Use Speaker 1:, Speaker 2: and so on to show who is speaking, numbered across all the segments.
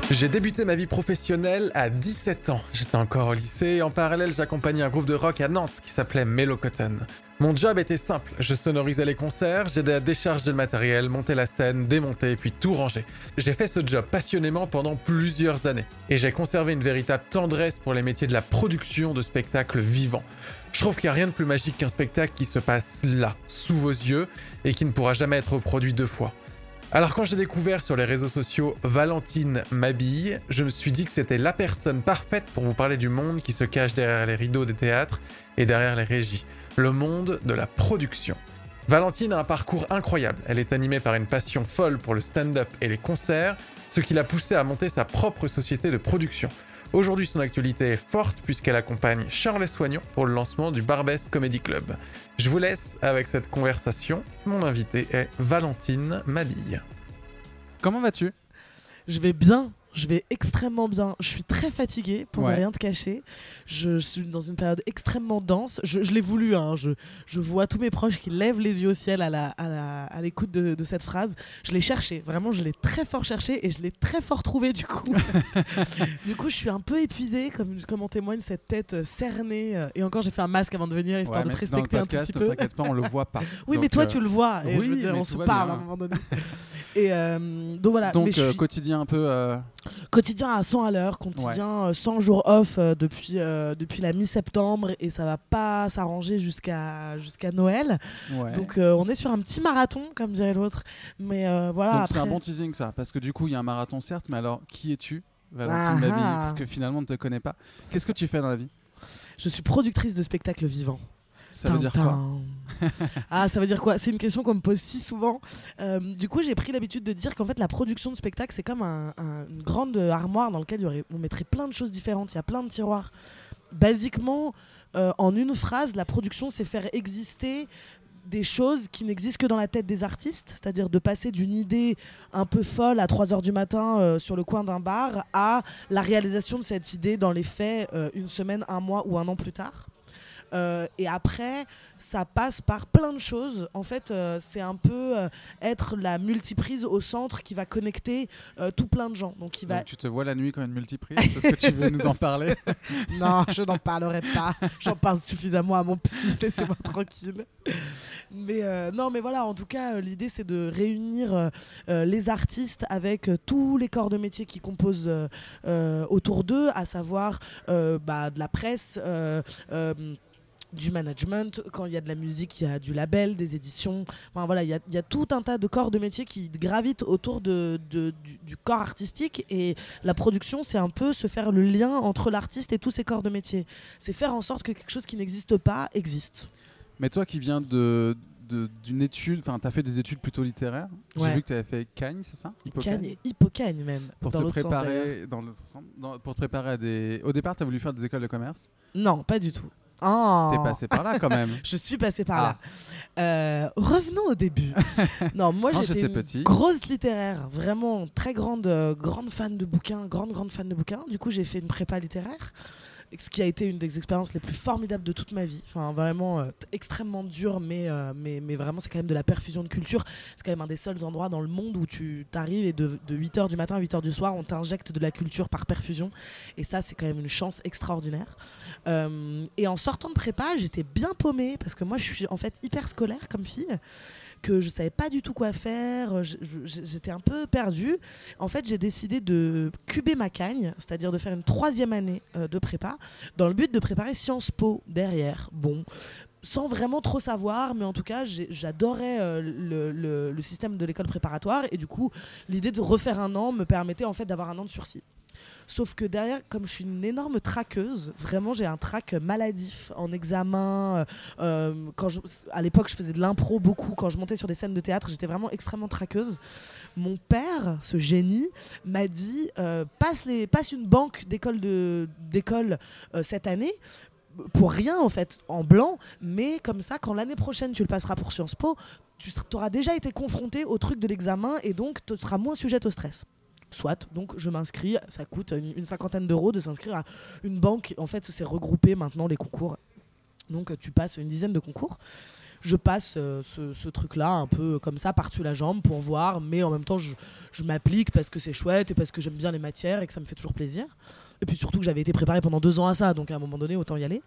Speaker 1: J'ai débuté ma vie professionnelle à 17 ans. J'étais encore au lycée et en parallèle, j'accompagnais un groupe de rock à Nantes qui s'appelait Mellow Cotton. Mon job était simple, je sonorisais les concerts, j'aidais à décharger le matériel, monter la scène, démonter et puis tout ranger. J'ai fait ce job passionnément pendant plusieurs années et j'ai conservé une véritable tendresse pour les métiers de la production de spectacles vivants. Je trouve qu'il n'y a rien de plus magique qu'un spectacle qui se passe là, sous vos yeux et qui ne pourra jamais être reproduit deux fois. Alors quand j'ai découvert sur les réseaux sociaux Valentine m'habille, je me suis dit que c'était la personne parfaite pour vous parler du monde qui se cache derrière les rideaux des théâtres et derrière les régies, le monde de la production. Valentine a un parcours incroyable, elle est animée par une passion folle pour le stand-up et les concerts, ce qui l'a poussée à monter sa propre société de production. Aujourd'hui, son actualité est forte puisqu'elle accompagne Charles Soignon pour le lancement du Barbès Comedy Club. Je vous laisse avec cette conversation. Mon invité est Valentine m'habille.
Speaker 2: Comment vas-tu ?
Speaker 3: Je vais bien, je vais extrêmement bien. Je suis très fatiguée, pour ne rien te cacher. Je suis dans une période extrêmement dense. Je l'ai voulu, hein. Je vois tous mes proches qui lèvent les yeux au ciel à l'écoute de cette phrase. Je l'ai cherché, vraiment, je l'ai très fort cherché et je l'ai très fort trouvé du coup. Du coup, je suis un peu épuisée, comme en témoigne cette tête cernée. Et encore, j'ai fait un masque avant de venir, histoire de te respecter
Speaker 2: un tout petit peu. T'inquiète pas, on le voit pas.
Speaker 3: Oui, donc, mais toi, tu le vois. Et
Speaker 2: oui,
Speaker 3: je veux dire, on se parle à un moment donné. Et donc voilà.
Speaker 2: Donc quotidien un peu.
Speaker 3: Quotidien à 100 à l'heure, quotidien 100 jours off depuis la mi-septembre et ça va pas s'arranger jusqu'à Noël. Ouais. Donc on est sur un petit marathon, comme dirait l'autre. Mais voilà.
Speaker 2: Donc
Speaker 3: après...
Speaker 2: c'est un bon teasing ça, parce que du coup il y a un marathon certes, mais alors qui es-tu, Valentine m'habille, parce que finalement on ne te connaît pas. Qu'est-ce que tu fais dans la vie ?
Speaker 3: Je suis productrice de spectacles vivants.
Speaker 2: Ça veut dire quoi ?
Speaker 3: Ah, ça veut dire quoi ? C'est une question qu'on me pose si souvent. Du coup, j'ai pris l'habitude de dire qu'en fait, la production de spectacle, c'est comme une grande armoire dans laquelle on mettrait plein de choses différentes. Il y a plein de tiroirs. Basiquement, en une phrase, la production, c'est faire exister des choses qui n'existent que dans la tête des artistes, c'est-à-dire de passer d'une idée un peu folle à 3h du matin sur le coin d'un bar à la réalisation de cette idée dans les faits une semaine, un mois ou un an plus tard. Et après, ça passe par plein de choses. En fait, c'est un peu être la multiprise au centre qui va connecter tout plein de gens. Donc
Speaker 2: tu te vois la nuit comme une multiprise ? Est-ce que tu veux nous en parler ?
Speaker 3: Non, je n'en parlerai pas. J'en parle suffisamment à mon psy. Laissez-moi tranquille. Mais non, mais voilà, en tout cas, l'idée, c'est de réunir les artistes avec tous les corps de métier qui composent autour d'eux, à savoir de la presse, du management, quand il y a de la musique, il y a du label, des éditions. Enfin, voilà, il y a tout un tas de corps de métier qui gravitent autour du corps artistique, et la production, c'est un peu se faire le lien entre l'artiste et tous ces corps de métier. C'est faire en sorte que quelque chose qui n'existe pas existe.
Speaker 2: Mais toi qui viens d'une étude, enfin tu as fait des études plutôt littéraires. J'ai vu que tu avais fait Cagne, c'est ça ?
Speaker 3: Cagne et Hippocagne même.
Speaker 2: Pour
Speaker 3: dans
Speaker 2: te
Speaker 3: l'autre
Speaker 2: préparer
Speaker 3: sens,
Speaker 2: dans l'autre sens, pour te préparer à des. Au départ, tu as voulu faire des écoles de commerce ?
Speaker 3: Non, pas du tout. Oh.
Speaker 2: T'es passé par là quand même.
Speaker 3: Je suis passé par là. Revenons au début. Non, moi j'étais une grosse littéraire, vraiment très grande fan de bouquins, grande fan de bouquins. Du coup, j'ai fait une prépa littéraire, ce qui a été une des expériences les plus formidables de toute ma vie. Enfin, vraiment extrêmement dur, mais vraiment, c'est quand même de la perfusion de culture. C'est quand même un des seuls endroits dans le monde où tu t'arrives et de 8h du matin à 8h du soir, on t'injecte de la culture par perfusion. Et ça, c'est quand même une chance extraordinaire. Et en sortant de prépa, j'étais bien paumée, parce que moi, je suis en fait hyper scolaire comme fille, que je savais pas du tout quoi faire, j'étais un peu perdue. En fait, j'ai décidé de cuber ma cagne, c'est-à-dire de faire une 3e année de prépa, dans le but de préparer Sciences Po derrière. Bon, sans vraiment trop savoir, mais en tout cas, j'adorais le système de l'école préparatoire, et du coup, l'idée de refaire un an me permettait en fait d'avoir un an de sursis. Sauf que derrière, comme je suis une énorme traqueuse, vraiment j'ai un trac maladif en examen. À l'époque, je faisais de l'impro beaucoup. Quand je montais sur des scènes de théâtre, j'étais vraiment extrêmement traqueuse. Mon père, ce génie, m'a dit passe une banque d'école cette année. Pour rien en fait, en blanc, mais comme ça, quand l'année prochaine tu le passeras pour Sciences Po, tu auras déjà été confronté au truc de l'examen, et donc tu seras moins sujette au stress. Soit, donc je m'inscris, ça coûte une 50aine d'euros de s'inscrire à une banque. En fait, c'est regroupé maintenant les concours, donc tu passes une 10aine de concours. je passe ce truc-là un peu comme ça par-dessus la jambe pour voir, mais en même temps je m'applique parce que c'est chouette et parce que j'aime bien les matières et que ça me fait toujours plaisir. Et puis surtout que j'avais été préparée pendant 2 ans à ça, donc à un moment donné autant y aller.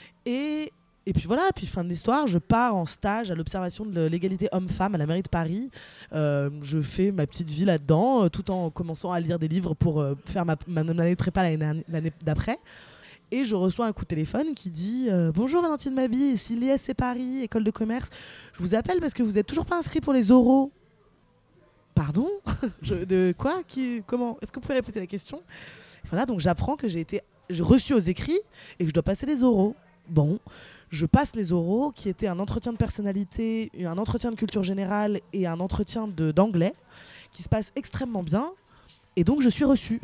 Speaker 3: Et puis voilà, puis fin de l'histoire, je pars en stage à l'observation de l'égalité homme-femme à la mairie de Paris. Je fais ma petite vie là-dedans, tout en commençant à lire des livres pour faire ma année de prépa l'année d'après. Et je reçois un coup de téléphone qui dit bonjour Valentine Mabi, ici l'ISC Paris, école de commerce. Je vous appelle parce que vous n'êtes toujours pas inscrit pour les oraux. Pardon de quoi Comment Est-ce que vous pouvez répéter la question? Voilà, donc j'apprends que j'ai été reçue aux écrits et que je dois passer les oraux. Bon, je passe les oraux qui étaient un entretien de personnalité, un entretien de culture générale et un entretien d'anglais qui se passe extrêmement bien. Et donc je suis reçue.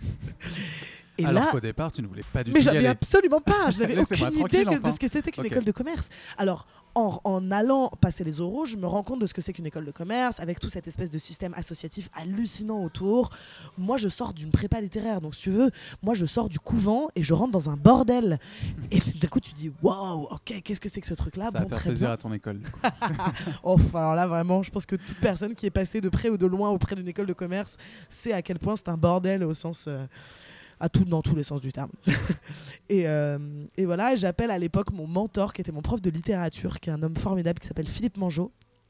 Speaker 2: Et alors qu'au départ, tu ne voulais pas du tout
Speaker 3: y
Speaker 2: aller.
Speaker 3: Mais j'avais absolument pas. Je n'avais aucune idée de ce que c'était qu'une école de commerce. Alors, en allant passer les oraux, je me rends compte de ce que c'est qu'une école de commerce, avec tout cette espèce de système associatif hallucinant autour. Moi, je sors d'une prépa littéraire. Donc, si tu veux, moi, je sors du couvent et je rentre dans un bordel. Et d'un coup, tu dis, waouh, ok, qu'est-ce que c'est que ce truc-là?
Speaker 2: Ça va faire plaisir à ton école.
Speaker 3: Alors là, vraiment, je pense que toute personne qui est passée de près ou de loin auprès d'une école de commerce sait à quel point c'est un bordel au sens... dans tous les sens du terme. et voilà, j'appelle à l'époque mon mentor, qui était mon prof de littérature, qui est un homme formidable, qui s'appelle Philippe Mangeot.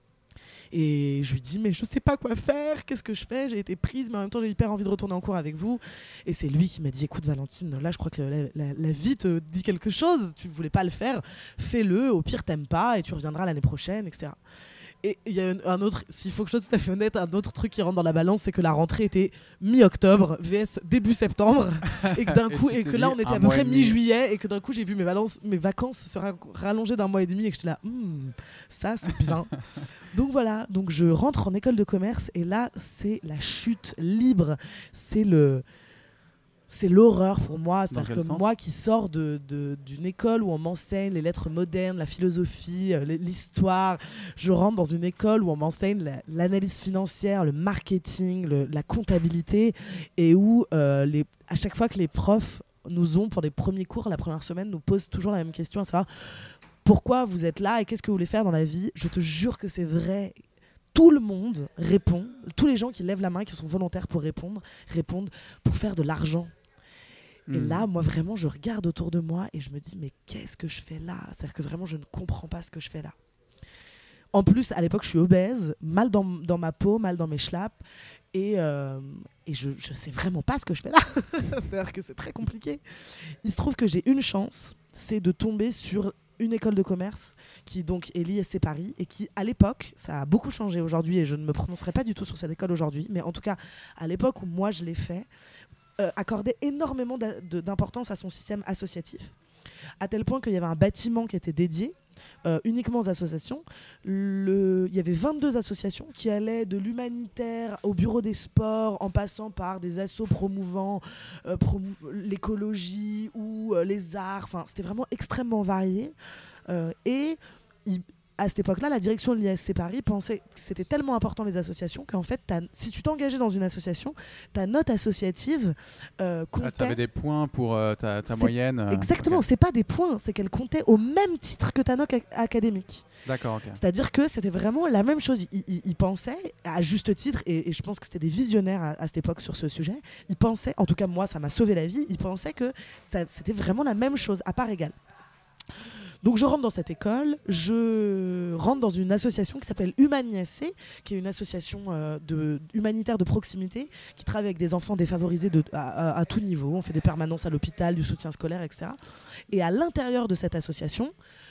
Speaker 3: Et je lui dis, mais je sais pas quoi faire, qu'est-ce que je fais? J'ai été prise, mais en même temps, j'ai hyper envie de retourner en cours avec vous. Et c'est lui qui m'a dit, écoute Valentine, là, je crois que la vie te dit quelque chose, tu voulais pas le faire, fais-le, au pire, t'aimes pas, et tu reviendras l'année prochaine, etc. Et il y a un autre, s'il faut que je sois tout à fait honnête, un autre truc qui rentre dans la balance, c'est que la rentrée était mi-octobre, VS début septembre, et que d'un coup, et que là on était à peu près mi-juillet, et que d'un coup j'ai vu mes vacances se rallonger d'1 mois et demi, et que j'étais là, ça c'est bien. Donc voilà, donc je rentre en école de commerce, et là c'est la chute libre, c'est l'horreur pour moi. C'est-à-dire que moi qui sors d'une école où on m'enseigne les lettres modernes, la philosophie, l'histoire, je rentre dans une école où on m'enseigne l'analyse financière, le marketing, la comptabilité, et où à chaque fois que les profs nous ont, pour les premiers cours, la première semaine, nous posent toujours la même question, à savoir pourquoi vous êtes là et qu'est-ce que vous voulez faire dans la vie. Je te jure que c'est vrai. Tout le monde répond, tous les gens qui lèvent la main, qui sont volontaires pour répondent pour faire de l'argent. Et là, moi, vraiment, je regarde autour de moi et je me dis, mais qu'est-ce que je fais là? C'est-à-dire que vraiment, je ne comprends pas ce que je fais là. En plus, à l'époque, je suis obèse, mal dans ma peau, mal dans mes schlaps. Et je ne sais vraiment pas ce que je fais là. C'est-à-dire que c'est très compliqué. Il se trouve que j'ai une chance, c'est de tomber sur une école de commerce qui donc est l'ISC Paris et qui, à l'époque, ça a beaucoup changé aujourd'hui et je ne me prononcerai pas du tout sur cette école aujourd'hui, mais en tout cas, à l'époque où moi je l'ai fait, accordait énormément d'importance à son système associatif, à tel point qu'il y avait un bâtiment qui était dédié uniquement aux associations. Il y avait 22 associations qui allaient de l'humanitaire au bureau des sports, en passant par des assos promouvant l'écologie ou les arts. Enfin, c'était vraiment extrêmement varié. À cette époque-là, la direction de l'ISC Paris pensait que c'était tellement important les associations qu'en fait, si tu t'engageais dans une association, ta note associative comptait...
Speaker 2: tu avais des points pour ta moyenne.
Speaker 3: Exactement, okay. C'est pas des points, c'est qu'elle comptait au même titre que ta note académique.
Speaker 2: D'accord, ok.
Speaker 3: C'est-à-dire que c'était vraiment la même chose. Ils pensaient, à juste titre, et je pense que c'était des visionnaires à cette époque sur ce sujet, ils pensaient, en tout cas moi ça m'a sauvé la vie, ils pensaient que c'était vraiment la même chose, à part égale. Donc je rentre dans cette école, je rentre dans une association qui s'appelle Humaniac, qui est une association humanitaire de proximité qui travaille avec des enfants défavorisés à tout niveau. On fait des permanences à l'hôpital, du soutien scolaire, etc. Et à l'intérieur de cette association,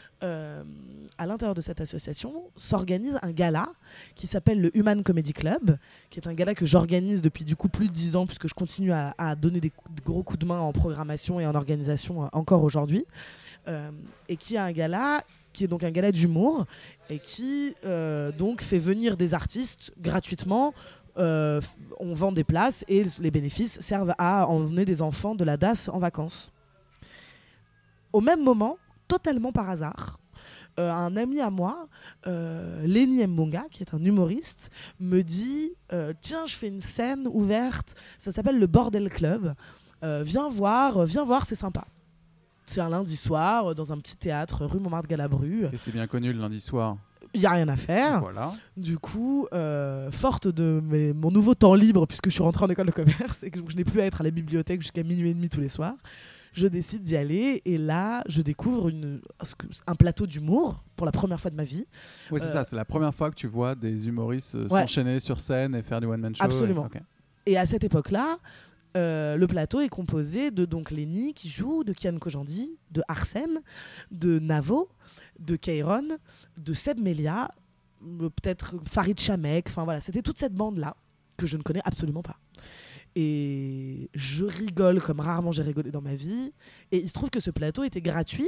Speaker 3: s'organise un gala qui s'appelle le Human Comedy Club, qui est un gala que j'organise depuis du coup plus de 10 ans, puisque je continue à donner des gros coups de main en programmation et en organisation encore aujourd'hui. Et qui est un gala qui est donc un gala d'humour et qui donc fait venir des artistes gratuitement. On vend des places et les bénéfices servent à emmener des enfants de la DAS en vacances. Au même moment, totalement par hasard, un ami à moi, Lenny Mbonga, qui est un humoriste, me dit tiens, je fais une scène ouverte, ça s'appelle le Bordel Club, viens voir, c'est sympa. C'est un lundi soir dans un petit théâtre rue Montmartre-Galabru.
Speaker 2: Et c'est bien connu le lundi soir.
Speaker 3: Il n'y a rien à faire.
Speaker 2: Voilà.
Speaker 3: Du coup, forte de mon nouveau temps libre, puisque je suis rentrée en école de commerce et que je n'ai plus à être à la bibliothèque jusqu'à minuit et demi tous les soirs, je décide d'y aller. Et là, je découvre un plateau d'humour pour la première fois de ma vie.
Speaker 2: Oui, c'est ça. C'est la première fois que tu vois des humoristes s'enchaîner sur scène et faire du one-man show.
Speaker 3: Absolument. Et à cette époque-là, le plateau est composé de donc Lenny qui joue, de Kian Kojandi, de Arsène, de Navo, de Kairon, de Seb Melia, peut-être Farid Chamek. Enfin voilà, c'était toute cette bande-là que je ne connais absolument pas. Et je rigole comme rarement j'ai rigolé dans ma vie. Et il se trouve que ce plateau était gratuit,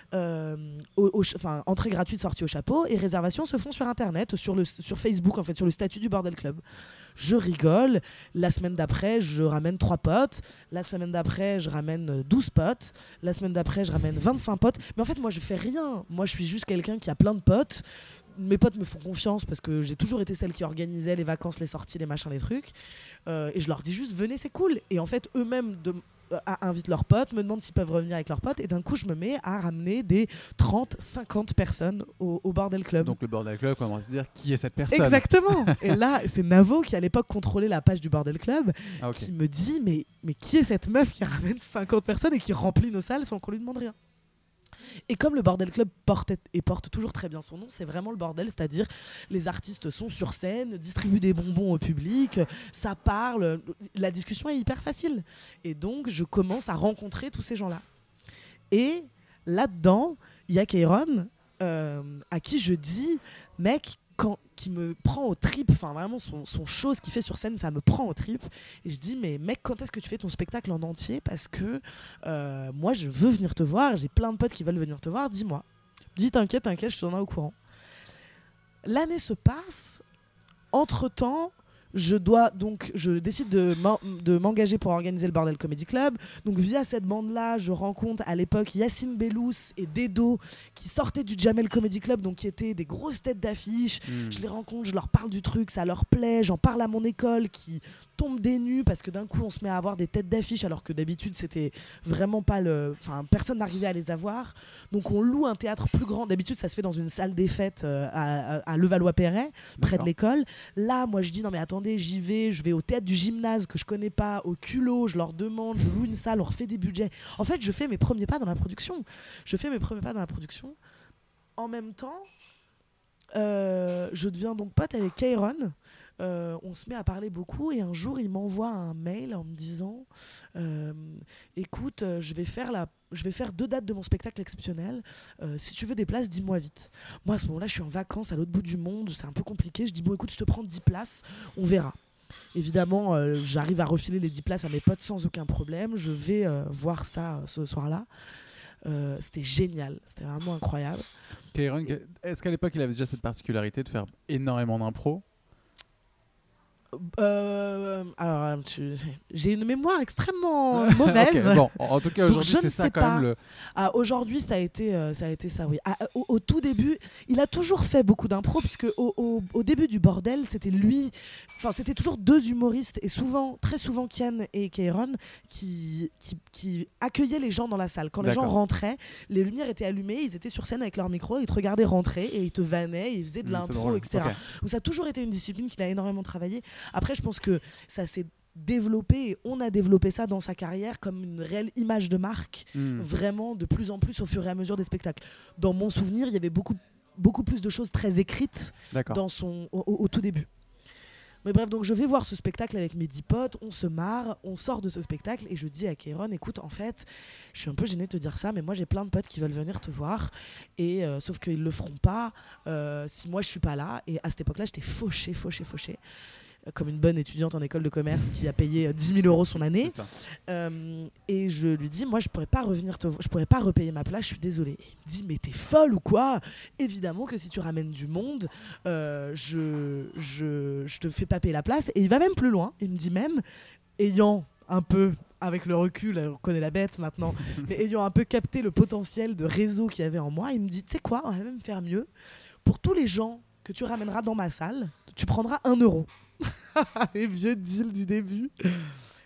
Speaker 3: entrée gratuite, sortie au chapeau, et réservations se font sur Internet, sur Facebook, en fait, sur le statut du Bordel Club. Je rigole. La semaine d'après, je ramène 3 potes. La semaine d'après, je ramène 12 potes. La semaine d'après, je ramène 25 potes. Mais en fait, moi, je fais rien. Moi, je suis juste quelqu'un qui a plein de potes. Mes potes me font confiance parce que j'ai toujours été celle qui organisait les vacances, les sorties, les machins, les trucs. Et je leur dis juste, venez, c'est cool. Et en fait, eux-mêmes invitent leurs potes, me demandent s'ils peuvent revenir avec leurs potes. Et d'un coup, je me mets à ramener des 30, 50 personnes au Bordel Club.
Speaker 2: Donc le Bordel Club, on va se dire, qui est cette personne ?
Speaker 3: Exactement. Et là, c'est Navo qui, à l'époque, contrôlait la page du Bordel Club, qui me dit, mais qui est cette meuf qui ramène 50 personnes et qui remplit nos salles sans qu'on lui demande rien ? Et comme le Bordel Club porte toujours très bien son nom, c'est vraiment le bordel, c'est-à-dire les artistes sont sur scène, distribuent des bonbons au public, ça parle, la discussion est hyper facile. Et donc, je commence à rencontrer tous ces gens-là. Et là-dedans, il y a Kairon, à qui je dis, mec, qui me prend aux tripes, enfin vraiment son show, ce qu'il fait sur scène, ça me prend aux tripes. Et je dis, mais mec, quand est-ce que tu fais ton spectacle en entier ? Parce que moi, je veux venir te voir, j'ai plein de potes qui veulent venir te voir, dis-moi. Dis, t'inquiète, je te tiendrai au courant. L'année se passe, entre-temps, je décide de m'engager pour organiser le Bordel Comedy Club. Donc via cette bande-là, je rencontre à l'époque Yacine Bellous et Dedo qui sortaient du Jamel Comedy Club, donc qui étaient des grosses têtes d'affiche. Je les rencontre, je leur parle du truc, ça leur plaît. J'en parle à mon école qui tombe des nues parce que d'un coup on se met à avoir des têtes d'affiche alors que d'habitude c'était vraiment pas personne n'arrivait à les avoir. Donc on loue un théâtre plus grand. D'habitude ça se fait dans une salle des fêtes à Levallois-Perret, près de l'école. Là moi je dis non mais attendez, je vais au théâtre du gymnase que je connais pas, au culot, je leur demande, je loue une salle, on refait des budgets. En fait je fais mes premiers pas dans la production. En même temps je deviens donc pote avec Kairon. On se met à parler beaucoup et un jour il m'envoie un mail en me disant écoute, je vais faire 2 dates de mon spectacle exceptionnel, si tu veux des places dis-moi vite. Moi à ce moment-là je suis en vacances à l'autre bout du monde, c'est un peu compliqué, je dis bon écoute je te prends 10 places, on verra. Évidemment j'arrive à refiler les 10 places à mes potes sans aucun problème, je vais voir ça ce soir-là. C'était génial, c'était vraiment incroyable.
Speaker 2: Kairon, est-ce qu'à l'époque il avait déjà cette particularité de faire énormément d'impro ?
Speaker 3: Alors, j'ai une mémoire extrêmement mauvaise.
Speaker 2: Okay, bon, en tout cas aujourd'hui c'est ça quand même
Speaker 3: aujourd'hui ça a été ça, oui. Au tout début, il a toujours fait beaucoup d'impro puisque au début du bordel, c'était toujours 2 humoristes et très souvent Kian et Kairon qui accueillaient les gens dans la salle. Quand les gens rentraient, les lumières étaient allumées, ils étaient sur scène avec leur micro, ils te regardaient rentrer et ils te vannaient, ils faisaient de l'impro, etc. Okay. Donc ça a toujours été une discipline qu'il a énormément travaillé. Après, je pense que ça s'est développé et on a développé ça dans sa carrière comme une réelle image de marque, vraiment de plus en plus au fur et à mesure des spectacles. Dans mon souvenir, il y avait beaucoup plus de choses très écrites au tout début. Mais bref, donc je vais voir ce spectacle avec mes 10 potes, on se marre, on sort de ce spectacle et je dis à Kairon, écoute, en fait, je suis un peu gênée de te dire ça, mais moi j'ai plein de potes qui veulent venir te voir, et sauf qu'ils le feront pas si moi je suis pas là. Et à cette époque-là, j'étais fauchée. Comme une bonne étudiante en école de commerce qui a payé 10 000 € son année. Et je lui dis, moi je pourrais pas repayer ma place, je suis désolée. Et il me dit, mais t'es folle ou quoi ? Évidemment que si tu ramènes du monde, je te fais pas payer la place. Et il va même plus loin, il me dit même, ayant un peu, avec le recul, on connaît la bête maintenant, mais ayant un peu capté le potentiel de réseau qu'il y avait en moi, il me dit, tu sais quoi, on va même faire mieux. Pour tous les gens que tu ramèneras dans ma salle, tu prendras 1 €. Les vieux deals du début.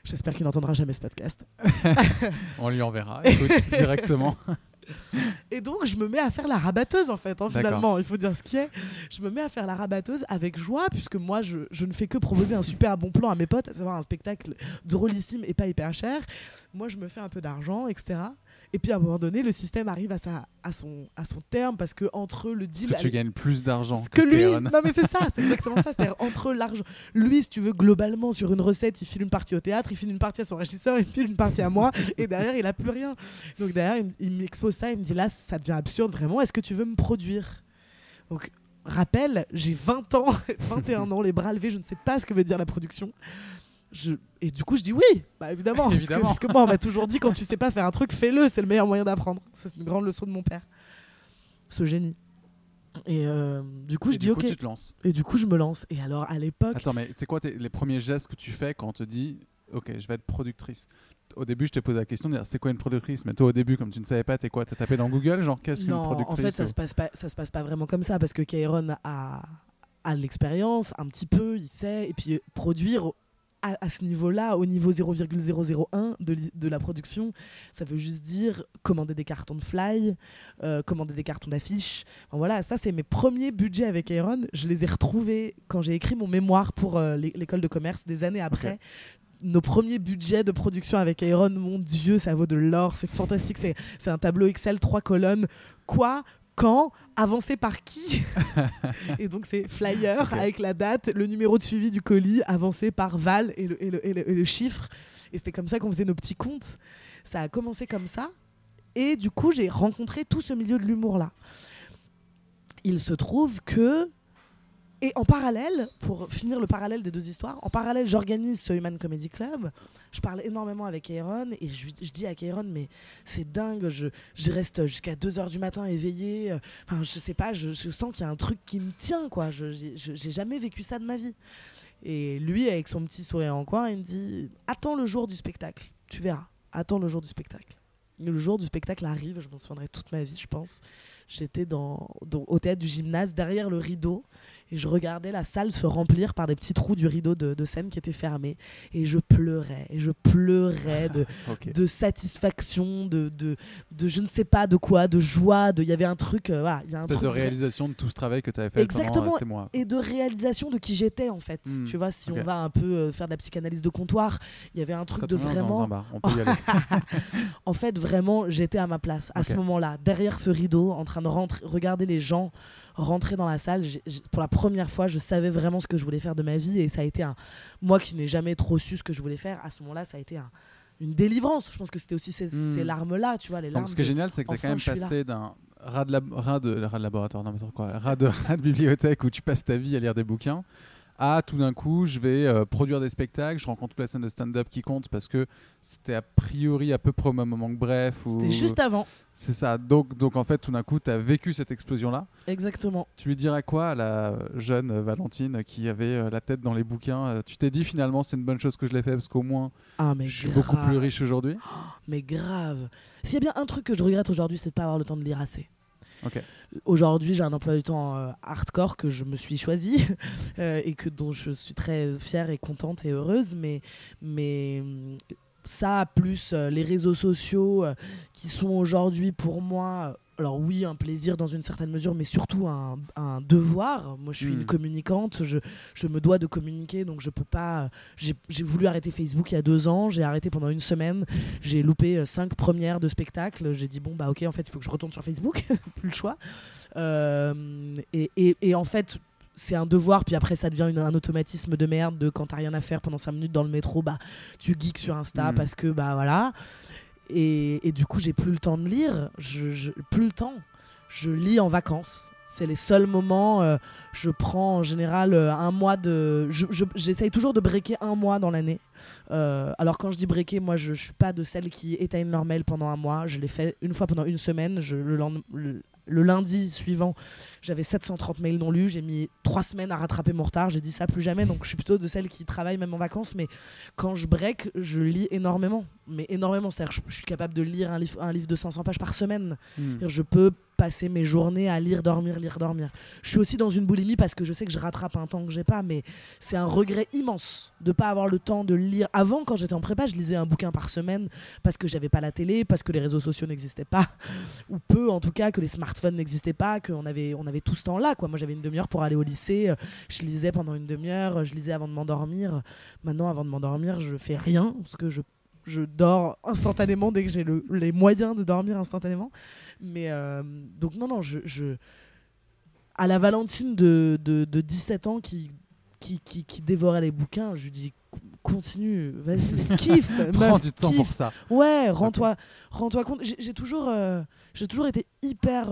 Speaker 3: J'espère qu'il n'entendra jamais ce podcast.
Speaker 2: On lui enverra, écoute, directement.
Speaker 3: Et donc, je me mets à faire la rabatteuse, en fait, finalement. Il faut dire ce qui est. Je me mets à faire la rabatteuse avec joie, puisque moi, je ne fais que proposer un super bon plan à mes potes, à savoir un spectacle drôlissime et pas hyper cher. Moi, je me fais un peu d'argent, etc. Et puis, à un moment donné, le système arrive à son terme, parce que entre le deal...
Speaker 2: Parce que tu gagnes plus d'argent
Speaker 3: que lui. Non, mais c'est ça, c'est exactement ça. C'est-à-dire, entre l'argent... Lui, si tu veux, globalement, sur une recette, il file une partie au théâtre, il file une partie à son régisseur, il file une partie à moi, et derrière, il a plus rien. Donc derrière, il m'expose ça, il me dit là, ça devient absurde, vraiment, est-ce que tu veux me produire? Donc, rappel, j'ai 20 ans, 21 ans, les bras levés, je ne sais pas ce que veut dire la production. Et du coup, je dis oui, bah évidemment. Parce que moi, on m'a toujours dit, quand tu sais pas faire un truc, fais-le, c'est le meilleur moyen d'apprendre. C'est une grande leçon de mon père, ce génie. Et du coup, je dis ok.
Speaker 2: Tu te lances.
Speaker 3: Et du coup, je me lance. Et alors, à l'époque...
Speaker 2: Attends, mais c'est quoi les premiers gestes que tu fais quand on te dit ok, je vais être productrice? Au début, je t'ai posé la question de dire c'est quoi une productrice, mais toi au début, comme tu ne savais pas, t'es quoi? T'as tapé dans Google, genre qu'est-ce qu'une productrice?
Speaker 3: Non, en fait, ça se passe pas vraiment comme ça, parce que Kairon a l'expérience un petit peu, il sait, et puis produire à ce niveau-là, au niveau 0,001 de la production, ça veut juste dire commander des cartons de fly, commander des cartons d'affiches. Enfin, voilà, ça c'est mes premiers budgets avec Kairon. Je les ai retrouvés quand j'ai écrit mon mémoire pour l'école de commerce des années après. Okay. Nos premiers budgets de production avec Kairon, mon Dieu, ça vaut de l'or, c'est fantastique, c'est un tableau Excel, 3 colonnes. Quoi ? Quand, avancé par qui? Et donc c'est flyer okay. Avec la date, le numéro de suivi du colis, avancé par Val et le chiffre. Et c'était comme ça qu'on faisait nos petits comptes. Ça a commencé comme ça. Et du coup, j'ai rencontré tout ce milieu de l'humour-là. Il se trouve que... Et en parallèle, pour finir le parallèle des deux histoires, en parallèle, j'organise ce Human Comedy Club. Je parle énormément avec Kairon et je dis à Kairon, mais c'est dingue, je reste jusqu'à 2h du matin éveillée. Enfin, je sais pas, je sens qu'il y a un truc qui me tient, quoi. J'ai jamais vécu ça de ma vie. Et lui, avec son petit sourire en coin, il me dit, attends le jour du spectacle, tu verras. Attends le jour du spectacle. Et le jour du spectacle arrive, je m'en souviendrai toute ma vie, je pense. J'étais au théâtre du Gymnase, derrière le rideau. Et je regardais la salle se remplir par des petits trous du rideau de scène qui étaient fermés. Et je pleurais. Et je pleurais okay. de satisfaction, de je ne sais pas de quoi, de joie. Il y avait un truc... voilà, y a un truc
Speaker 2: de réalisation de tout ce travail que tu avais fait pendant ces mois.
Speaker 3: Et de réalisation de qui j'étais, en fait. Tu vois, si okay. On va un peu faire de la psychanalyse de comptoir, il y avait un truc de vraiment...
Speaker 2: Dans un bar. On peut y aller.
Speaker 3: En fait, vraiment, j'étais à ma place. À ce moment-là, derrière ce rideau, en train de regarder les gens rentrer dans la salle. Pour la première fois, je savais vraiment ce que je voulais faire de ma vie, et ça a été moi qui n'ai jamais trop su ce que je voulais faire, à ce moment-là, ça a été une délivrance. Je pense que c'était aussi ces larmes-là, tu vois, les larmes.
Speaker 2: Donc, ce qui est génial, c'est que tu as quand même passé d'un rat de laboratoire, non, quoi, rat de bibliothèque où tu passes ta vie à lire des bouquins, à tout d'un coup, je vais produire des spectacles, je rencontre toute la scène de stand-up qui compte, parce que c'était a priori à peu près au même moment que Bref.
Speaker 3: C'était juste avant.
Speaker 2: C'est ça. Donc en fait, tout d'un coup, tu as vécu cette explosion-là.
Speaker 3: Exactement.
Speaker 2: Tu lui dirais quoi à la jeune Valentine qui avait la tête dans les bouquins? Tu t'es dit finalement, c'est une bonne chose que je l'ai fait, parce qu'au moins, je suis beaucoup plus riche aujourd'hui.
Speaker 3: Mais grave. S'il y a bien un truc que je regrette aujourd'hui, c'est de ne pas avoir le temps de lire assez.
Speaker 2: Okay.
Speaker 3: Aujourd'hui, j'ai un emploi du temps hardcore que je me suis choisi et dont je suis très fière et contente et heureuse, mais ça, plus les réseaux sociaux qui sont aujourd'hui pour moi, alors oui, un plaisir dans une certaine mesure, mais surtout un devoir. Moi, je suis une communicante, je me dois de communiquer, donc je peux pas... J'ai voulu arrêter Facebook il y a 2 ans, j'ai arrêté pendant une semaine, j'ai loupé 5 premières de spectacles, j'ai dit bon bah ok, en fait il faut que je retourne sur Facebook, plus le choix. Et en fait, c'est un devoir, puis après ça devient un automatisme de merde de quand t'as rien à faire pendant 5 minutes dans le métro, bah tu geeks sur Insta parce que bah voilà. Et du coup, j'ai plus le temps de lire. Plus le temps. Je lis en vacances. C'est les seuls moments. Je prends en général un mois de... J'essaye toujours de breaker 1 mois dans l'année. Alors quand je dis breaker, moi je suis pas de celle qui éteigne leur mail pendant 1 mois. Je l'ai fait une fois pendant 1 semaine. Le lundi suivant, j'avais 730 mails non lus. J'ai mis 3 semaines à rattraper mon retard. J'ai dit ça plus jamais. Donc je suis plutôt de celles qui travaillent même en vacances. Mais quand je break, je lis énormément. Mais énormément. C'est-à-dire je suis capable de lire un livre de 500 pages par semaine. Je peux passer mes journées à lire, dormir. Je suis aussi dans une boulimie parce que je sais que je rattrape un temps que j'ai pas, mais c'est un regret immense de pas avoir le temps de lire. Avant, quand j'étais en prépa, je lisais un bouquin par semaine parce que j'avais pas la télé, parce que les réseaux sociaux n'existaient pas, ou peu en tout cas, que les smartphones n'existaient pas, qu'on avait tout ce temps-là, quoi. Moi, j'avais une demi-heure pour aller au lycée, je lisais pendant une demi-heure, je lisais avant de m'endormir. Maintenant, avant de m'endormir, je fais rien parce que je dors instantanément dès que j'ai les moyens de dormir instantanément. Mais donc non, à la Valentine de 17 ans qui dévorait les bouquins, je lui dis continue, vas-y, kiffe.
Speaker 2: Prends
Speaker 3: meuf,
Speaker 2: du temps
Speaker 3: kiffe.
Speaker 2: pour ça.
Speaker 3: Ouais, rends-toi compte. J'ai toujours été hyper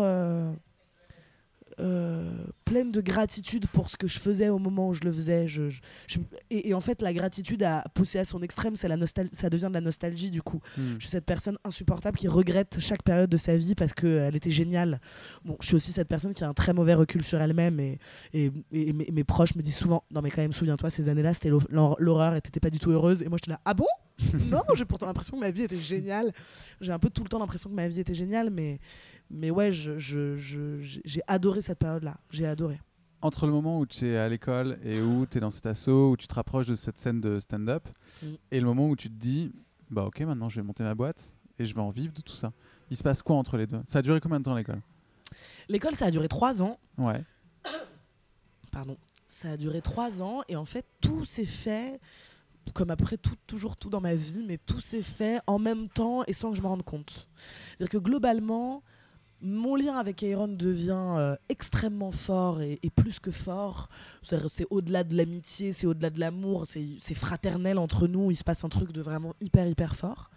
Speaker 3: pleine de gratitude pour ce que je faisais au moment où je le faisais. Et en fait, la gratitude a poussé à son extrême, ça devient de la nostalgie du coup. Je suis cette personne insupportable qui regrette chaque période de sa vie parce qu'elle était géniale. Bon, je suis aussi cette personne qui a un très mauvais recul sur elle-même et mes proches me disent souvent « Non mais quand même, souviens-toi, ces années-là, c'était l'horreur et t'étais pas du tout heureuse. » Et moi, j'étais là « Ah bon ?» Non, j'ai pourtant l'impression que ma vie était géniale. J'ai un peu tout le temps l'impression que ma vie était géniale, mais ouais, j'ai adoré cette période-là. J'ai adoré.
Speaker 2: Entre le moment où tu es à l'école et où tu es dans cet assaut, où tu te rapproches de cette scène de stand-up, et le moment où tu te dis, bah ok, maintenant je vais monter ma boîte et je vais en vivre de tout ça. Il se passe quoi entre les deux ? Ça a duré combien de temps l'école ?
Speaker 3: L'école, ça a duré 3 ans.
Speaker 2: Ouais.
Speaker 3: Pardon. Ça a duré 3 ans et en fait, tout s'est fait, comme après toujours tout dans ma vie, mais tout s'est fait en même temps et sans que je me rende compte. C'est-à-dire que globalement, mon lien avec Kairon devient extrêmement fort et plus que fort. C'est au-delà de l'amitié, c'est au-delà de l'amour, c'est fraternel entre nous. Il se passe un truc de vraiment hyper fort.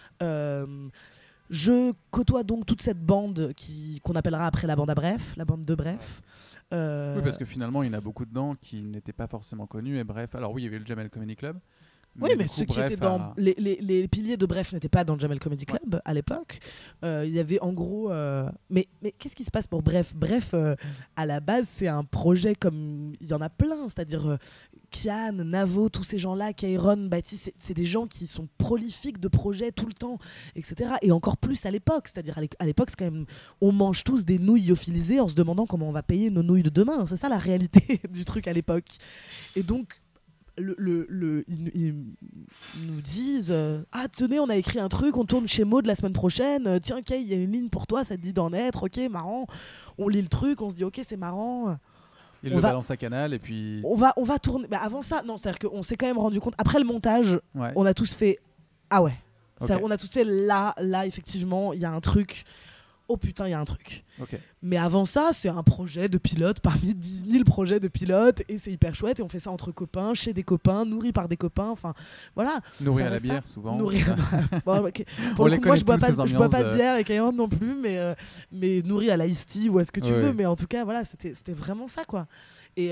Speaker 3: Je côtoie donc toute cette bande qu'on appellera après la bande à Bref, la bande de Bref.
Speaker 2: Oui, parce que finalement, il y en a beaucoup dedans qui n'étaient pas forcément connus. Et bref, alors oui, il y avait le Jamel Comedy Club.
Speaker 3: Oui, mais ceux qui étaient dans les piliers de Bref n'étaient pas dans le Jamel Comedy Club à l'époque. Il y avait en gros... Mais qu'est-ce qui se passe pour Bref ? Bref, à la base, c'est un projet comme... Il y en a plein, c'est-à-dire Kian, Navo, tous ces gens-là, Kairon, Baptiste, c'est des gens qui sont prolifiques de projets tout le temps, etc. Et encore plus à l'époque, c'est-à-dire à l'époque, c'est quand même... On mange tous des nouilles lyophilisées en se demandant comment on va payer nos nouilles de demain. C'est ça la réalité du truc à l'époque. Et donc... ils nous disent ah tenez, on a écrit un truc, on tourne chez Maud la semaine prochaine, tiens Kay, il y a une ligne pour toi, ça te dit d'en être, ok, marrant. On lit le truc, on se dit ok, c'est marrant.
Speaker 2: Il le balance à Canal et puis
Speaker 3: on va tourner. Bah avant ça, non, c'est-à-dire qu'on s'est quand même rendu compte après le montage, on a tous fait ah ouais, c'est-à-dire on a tous fait là effectivement il y a un truc. Oh putain, il y a un truc.
Speaker 2: Okay.
Speaker 3: Mais avant ça, c'est un projet de pilote parmi 10 000 projets de pilote et c'est hyper chouette et on fait ça entre copains, chez des copains, nourris par des copains, enfin voilà.
Speaker 2: Nourris à la bière souvent.
Speaker 3: Bon, okay. Pour le coup, moi je bois pas de bière et Kairon non plus, mais nourris à l'ice tea ou à ce que tu veux, mais en tout cas voilà, c'était vraiment ça quoi. Et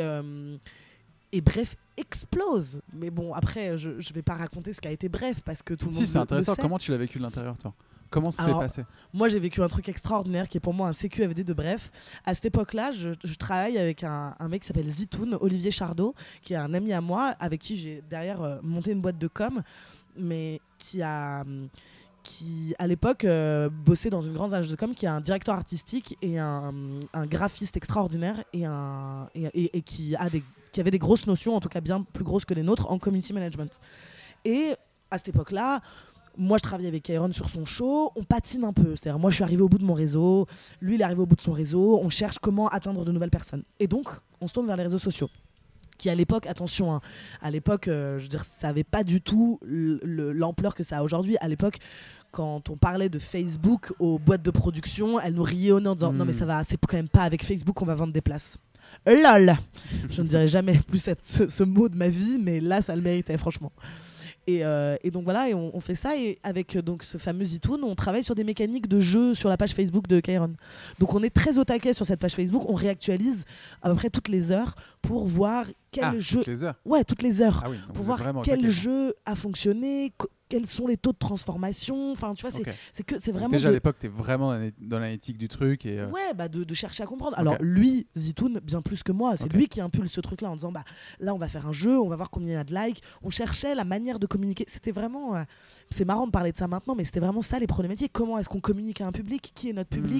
Speaker 3: Bref explose. Mais bon, après je vais pas raconter ce qu'a été Bref parce que tout le monde
Speaker 2: c'est intéressant. Comment tu l'as vécu de l'intérieur toi ? Comment ça s'est passé ?
Speaker 3: Moi, j'ai vécu un truc extraordinaire qui est pour moi un CQFD de Bref. À cette époque-là, je travaille avec un mec qui s'appelle Zitoun, Olivier Chardot, qui est un ami à moi, avec qui j'ai derrière monté une boîte de com, mais qui à l'époque bossait dans une grande agence de com, qui a un directeur artistique et un graphiste extraordinaire et qui avait des grosses notions, en tout cas bien plus grosses que les nôtres, en community management. Et à cette époque-là, moi, je travaillais avec Kairon sur son show, on patine un peu. C'est-à-dire, moi, je suis arrivée au bout de mon réseau, lui, il est arrivé au bout de son réseau, on cherche comment atteindre de nouvelles personnes. Et donc, on se tourne vers les réseaux sociaux. Qui, à l'époque, attention, à l'époque, je veux dire, ça n'avait pas du tout l'ampleur que ça a aujourd'hui. À l'époque, quand on parlait de Facebook aux boîtes de production, elles nous riaient au nez en disant non, mais ça va, c'est quand même pas avec Facebook qu'on va vendre des places. LOL. Je ne dirai jamais plus ce mot de ma vie, mais là, ça le méritait, franchement. Et donc voilà, et on fait ça, et avec donc ce fameux Zitoun, on travaille sur des mécaniques de jeu sur la page Facebook de Kairon. Donc on est très au taquet sur cette page Facebook, on réactualise à peu près toutes les heures pour voir quel jeu...
Speaker 2: Toutes les heures.
Speaker 3: Ouais, toutes les heures.
Speaker 2: Ah oui,
Speaker 3: pour voir quel jeu a fonctionné, quels sont les taux de transformation. Enfin, tu vois, c'est vraiment...
Speaker 2: Déjà à l'époque, tu es vraiment dans l'analytique du truc. Et
Speaker 3: Ouais, bah de chercher à comprendre. Alors lui, Zitoun, bien plus que moi, c'est lui qui impulse ce truc-là en disant, bah là, on va faire un jeu, on va voir combien il y a de likes. On cherchait la manière de communiquer. C'était vraiment... c'est marrant de parler de ça maintenant, mais c'était vraiment ça les problématiques. Comment est-ce qu'on communique à un public ? Qui est notre public ?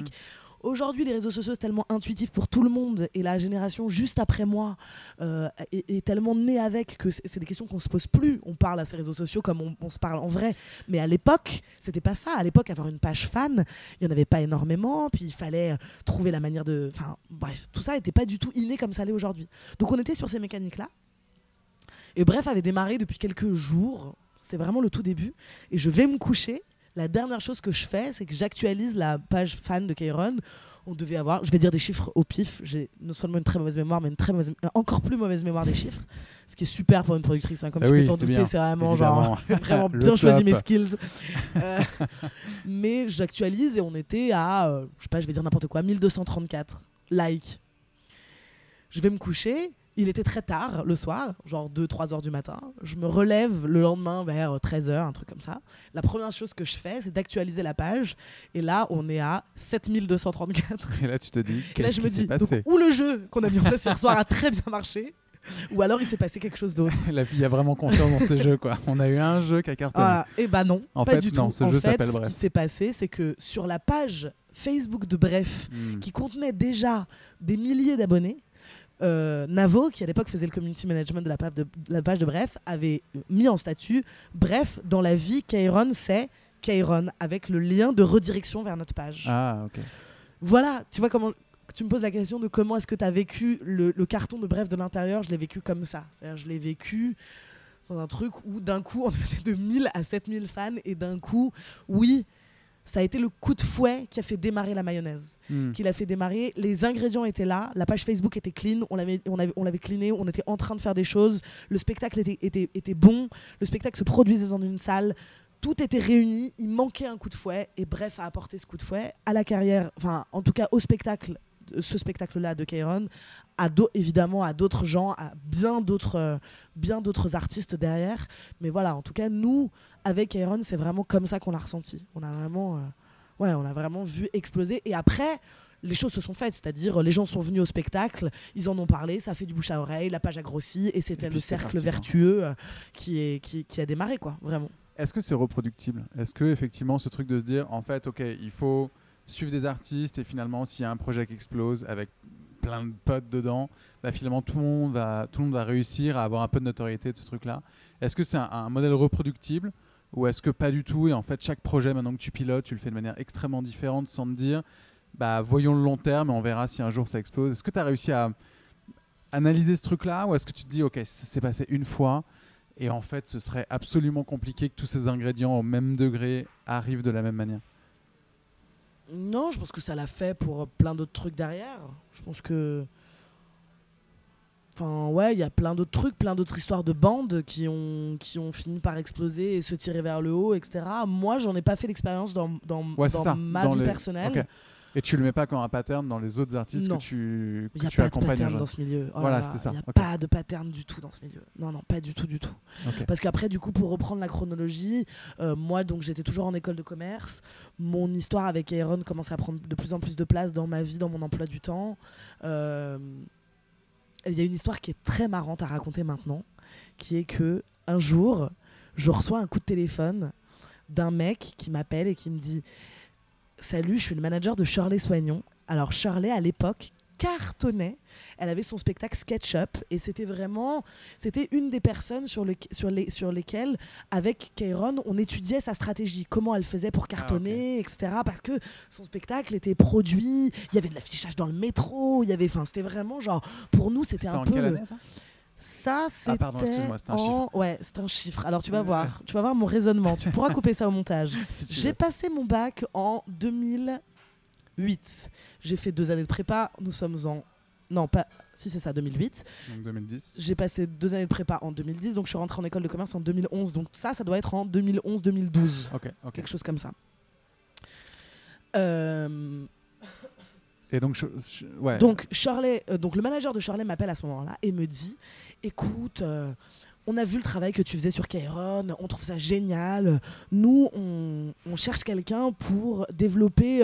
Speaker 3: Aujourd'hui, les réseaux sociaux, c'est tellement intuitif pour tout le monde et la génération juste après moi est tellement née avec que c'est des questions qu'on se pose plus. On parle à ces réseaux sociaux comme on se parle en vrai. Mais à l'époque, c'était pas ça. À l'époque, avoir une page fan, il y en avait pas énormément. Puis il fallait trouver la manière de... Enfin, bref, tout ça n'était pas du tout inné comme ça l'est aujourd'hui. Donc on était sur ces mécaniques-là. Et Bref avait démarré depuis quelques jours. C'était vraiment le tout début. Et je vais me coucher. La dernière chose que je fais, c'est que j'actualise la page fan de Kairon. On devait avoir, je vais dire des chiffres au pif. J'ai non seulement une très mauvaise mémoire, mais encore plus mauvaise mémoire des chiffres. Ce qui est super pour une productrice. Hein. Comme tu peux t'en douter, c'est vraiment genre vraiment bien choisi mes skills. Mais j'actualise et on était à, je sais pas, je vais dire n'importe quoi, 1234 likes. Je vais me coucher. Il était très tard le soir, genre 2-3 heures du matin. Je me relève le lendemain vers 13 heures, un truc comme ça. La première chose que je fais, c'est d'actualiser la page. Et là, on est à 7234.
Speaker 2: Et là, tu te dis, qu'est-ce qui s'est passé ?
Speaker 3: Ou le jeu qu'on a mis en place hier soir a très bien marché, ou alors il s'est passé quelque chose d'autre.
Speaker 2: La fille a vraiment confiance dans ces jeux, quoi. On a eu un jeu qui a cartonné.
Speaker 3: Et bah non,
Speaker 2: en
Speaker 3: pas
Speaker 2: fait,
Speaker 3: du
Speaker 2: non,
Speaker 3: tout.
Speaker 2: Ce jeu s'appelle Bref.
Speaker 3: Ce qui s'est passé, c'est que sur la page Facebook de Bref, qui contenait déjà des milliers d'abonnés, Navo, qui à l'époque faisait le community management de la page de Bref, avait mis en statut Bref, dans la vie, Kairon, c'est Kairon, avec le lien de redirection vers notre page.
Speaker 2: Ah, ok.
Speaker 3: Voilà, tu vois comment... Tu me poses la question de comment est-ce que tu as vécu le carton de Bref de l'intérieur. Je l'ai vécu comme ça. C'est-à-dire, je l'ai vécu dans un truc où d'un coup, on est passé de 1000 à 7000 fans, et d'un coup, oui... Ça a été le coup de fouet qui a fait démarrer la mayonnaise. Qui l'a fait démarrer. Les ingrédients étaient là. La page Facebook était clean. On l'avait cleané. On était en train de faire des choses. Le spectacle était bon. Le spectacle se produisait dans une salle. Tout était réuni. Il manquait un coup de fouet. Et Bref a apporté ce coup de fouet à la carrière, enfin, en tout cas au spectacle, ce spectacle-là de Kairon, évidemment à d'autres gens, à bien d'autres artistes derrière. Mais voilà, en tout cas, nous, avec Kairon, c'est vraiment comme ça qu'on l'a ressenti. On a vraiment vu exploser. Et après, les choses se sont faites, c'est-à-dire les gens sont venus au spectacle, ils en ont parlé, ça a fait du bouche à oreille, la page a grossi, et c'était le cercle vertueux qui a démarré, quoi, vraiment.
Speaker 2: Est-ce que c'est reproductible ? Est-ce que effectivement ce truc de se dire, en fait, ok, il faut suivre des artistes, et finalement, s'il y a un projet qui explose avec plein de potes dedans, bah finalement tout le monde va réussir à avoir un peu de notoriété de ce truc-là. Est-ce que c'est un modèle reproductible, ou est-ce que pas du tout, et en fait chaque projet maintenant que tu pilotes, tu le fais de manière extrêmement différente sans te dire bah voyons le long terme et on verra si un jour ça explose. Est-ce que tu as réussi à analyser ce truc-là, ou est-ce que tu te dis ok, ça s'est passé une fois et en fait ce serait absolument compliqué que tous ces ingrédients au même degré arrivent de la même manière ?
Speaker 3: Non, je pense que ça l'a fait pour plein d'autres trucs derrière. Je pense que... Enfin, ouais, il y a plein d'autres trucs, plein d'autres histoires de bandes qui ont fini par exploser et se tirer vers le haut, etc. Moi, j'en ai pas fait l'expérience dans ma vie personnelle. Okay.
Speaker 2: Et tu le mets pas comme un pattern dans les autres artistes que tu accompagnes?
Speaker 3: Il n'y a pas de pattern dans ce milieu. Oh
Speaker 2: voilà, c'était ça.
Speaker 3: Il n'y a pas de pattern du tout dans ce milieu. Non, pas du tout. Okay. Parce qu'après, du coup, pour reprendre la chronologie, moi, donc, j'étais toujours en école de commerce. Mon histoire avec Kairon commence à prendre de plus en plus de place dans ma vie, dans mon emploi du temps. Il y a une histoire qui est très marrante à raconter maintenant, qui est que un jour, je reçois un coup de téléphone d'un mec qui m'appelle et qui me dit « Salut, je suis le manager de Shirley Soignon. » Alors Shirley, à l'époque, cartonnait. Elle avait son spectacle SketchUp et c'était une des personnes sur lesquelles, avec Kairon, on étudiait sa stratégie, comment elle faisait pour cartonner, etc. Parce que son spectacle était produit, il y avait de l'affichage dans le métro, c'était vraiment genre, pour nous, c'était un peu...
Speaker 2: Quelle année, ça ?
Speaker 3: Ça, c'était
Speaker 2: pardon, excuse-moi, c'est un chiffre.
Speaker 3: Ouais, c'est un chiffre. Alors, tu vas voir mon raisonnement. Tu pourras couper ça au montage. J'ai passé mon bac en 2008. J'ai fait 2 années de prépa. Nous sommes en... Non, pas... Si, c'est ça, 2008.
Speaker 2: Donc 2010.
Speaker 3: J'ai passé 2 années de prépa en 2010. Donc, je suis rentrée en école de commerce en 2011. Donc, ça doit être en 2011-2012.
Speaker 2: Ok.
Speaker 3: Quelque chose comme ça.
Speaker 2: Et donc, ouais.
Speaker 3: Donc le manager de Shirley m'appelle à ce moment-là et me dit « Écoute, on a vu le travail que tu faisais sur Kairon, on trouve ça génial. Nous, on cherche quelqu'un pour développer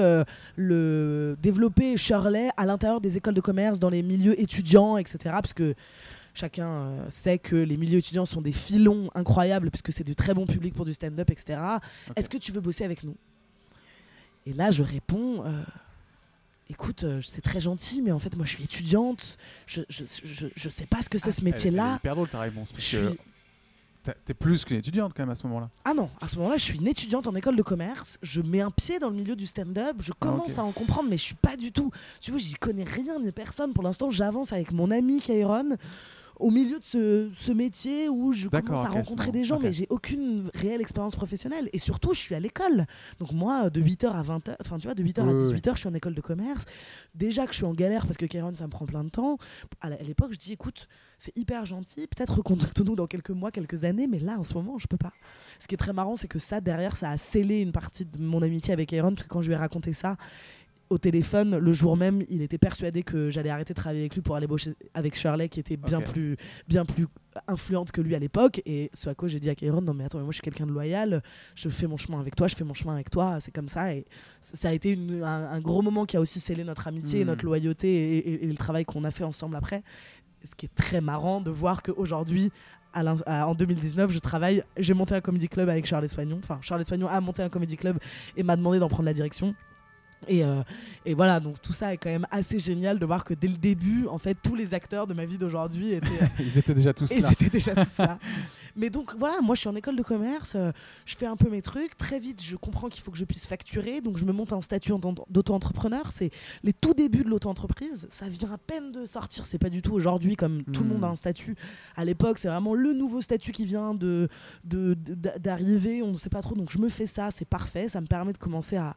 Speaker 3: Shirley à l'intérieur des écoles de commerce, dans les milieux étudiants, etc. » Parce que chacun sait que les milieux étudiants sont des filons incroyables, puisque c'est du très bon public pour du stand-up, etc. Okay. Est-ce que tu veux bosser avec nous ? Et là, je réponds... écoute, c'est très gentil, mais en fait, moi, je suis étudiante. Je sais pas ce que c'est ce métier-là.
Speaker 2: C'est hyper drôle ta réponse. Parce que t'es plus qu'une étudiante quand même à ce moment-là.
Speaker 3: Ah non, à ce moment-là, je suis une étudiante en école de commerce. Je mets un pied dans le milieu du stand-up. Je commence à en comprendre, mais je suis pas du tout. Tu vois, j'y connais rien ni personne. Pour l'instant, j'avance avec mon ami Kairon au milieu de ce métier où je commence à rencontrer des gens, mais j'ai aucune réelle expérience professionnelle. Et surtout, je suis à l'école. Donc moi, de 8h à 20h, enfin tu vois, de 8h à 18h, je suis en école de commerce. Déjà que je suis en galère parce que Kairon, ça me prend plein de temps. À l'époque, je dis, écoute, c'est hyper gentil, peut-être recontacte-nous dans quelques mois, quelques années, mais là, en ce moment, je peux pas. Ce qui est très marrant, c'est que ça, derrière, ça a scellé une partie de mon amitié avec Kairon, parce que quand je lui ai raconté ça, au téléphone, le jour même, il était persuadé que j'allais arrêter de travailler avec lui pour aller bosser avec Shirley, qui était bien plus influente que lui à l'époque. Et ce à quoi j'ai dit à Kairon, non mais attends, mais moi je suis quelqu'un de loyal, je fais mon chemin avec toi, c'est comme ça. Et ça a été un gros moment qui a aussi scellé notre amitié, notre loyauté et le travail qu'on a fait ensemble après. Ce qui est très marrant de voir qu'aujourd'hui, en 2019, j'ai monté un comedy club avec Charles Soignon. Enfin, Charles Soignon a monté un comedy club et m'a demandé d'en prendre la direction. Et voilà, donc tout ça est quand même assez génial de voir que dès le début, en fait, tous les acteurs de ma vie d'aujourd'hui
Speaker 2: ils étaient déjà tous
Speaker 3: là. Mais donc voilà, moi je suis en école de commerce, je fais un peu mes trucs. Très vite, je comprends qu'il faut que je puisse facturer, donc je me monte un statut d'auto-entrepreneur. C'est les tout débuts de l'auto-entreprise, ça vient à peine de sortir. C'est pas du tout aujourd'hui comme tout le monde a un statut. À l'époque, c'est vraiment le nouveau statut qui vient d'arriver, on ne sait pas trop. Donc je me fais ça, c'est parfait, ça me permet de commencer à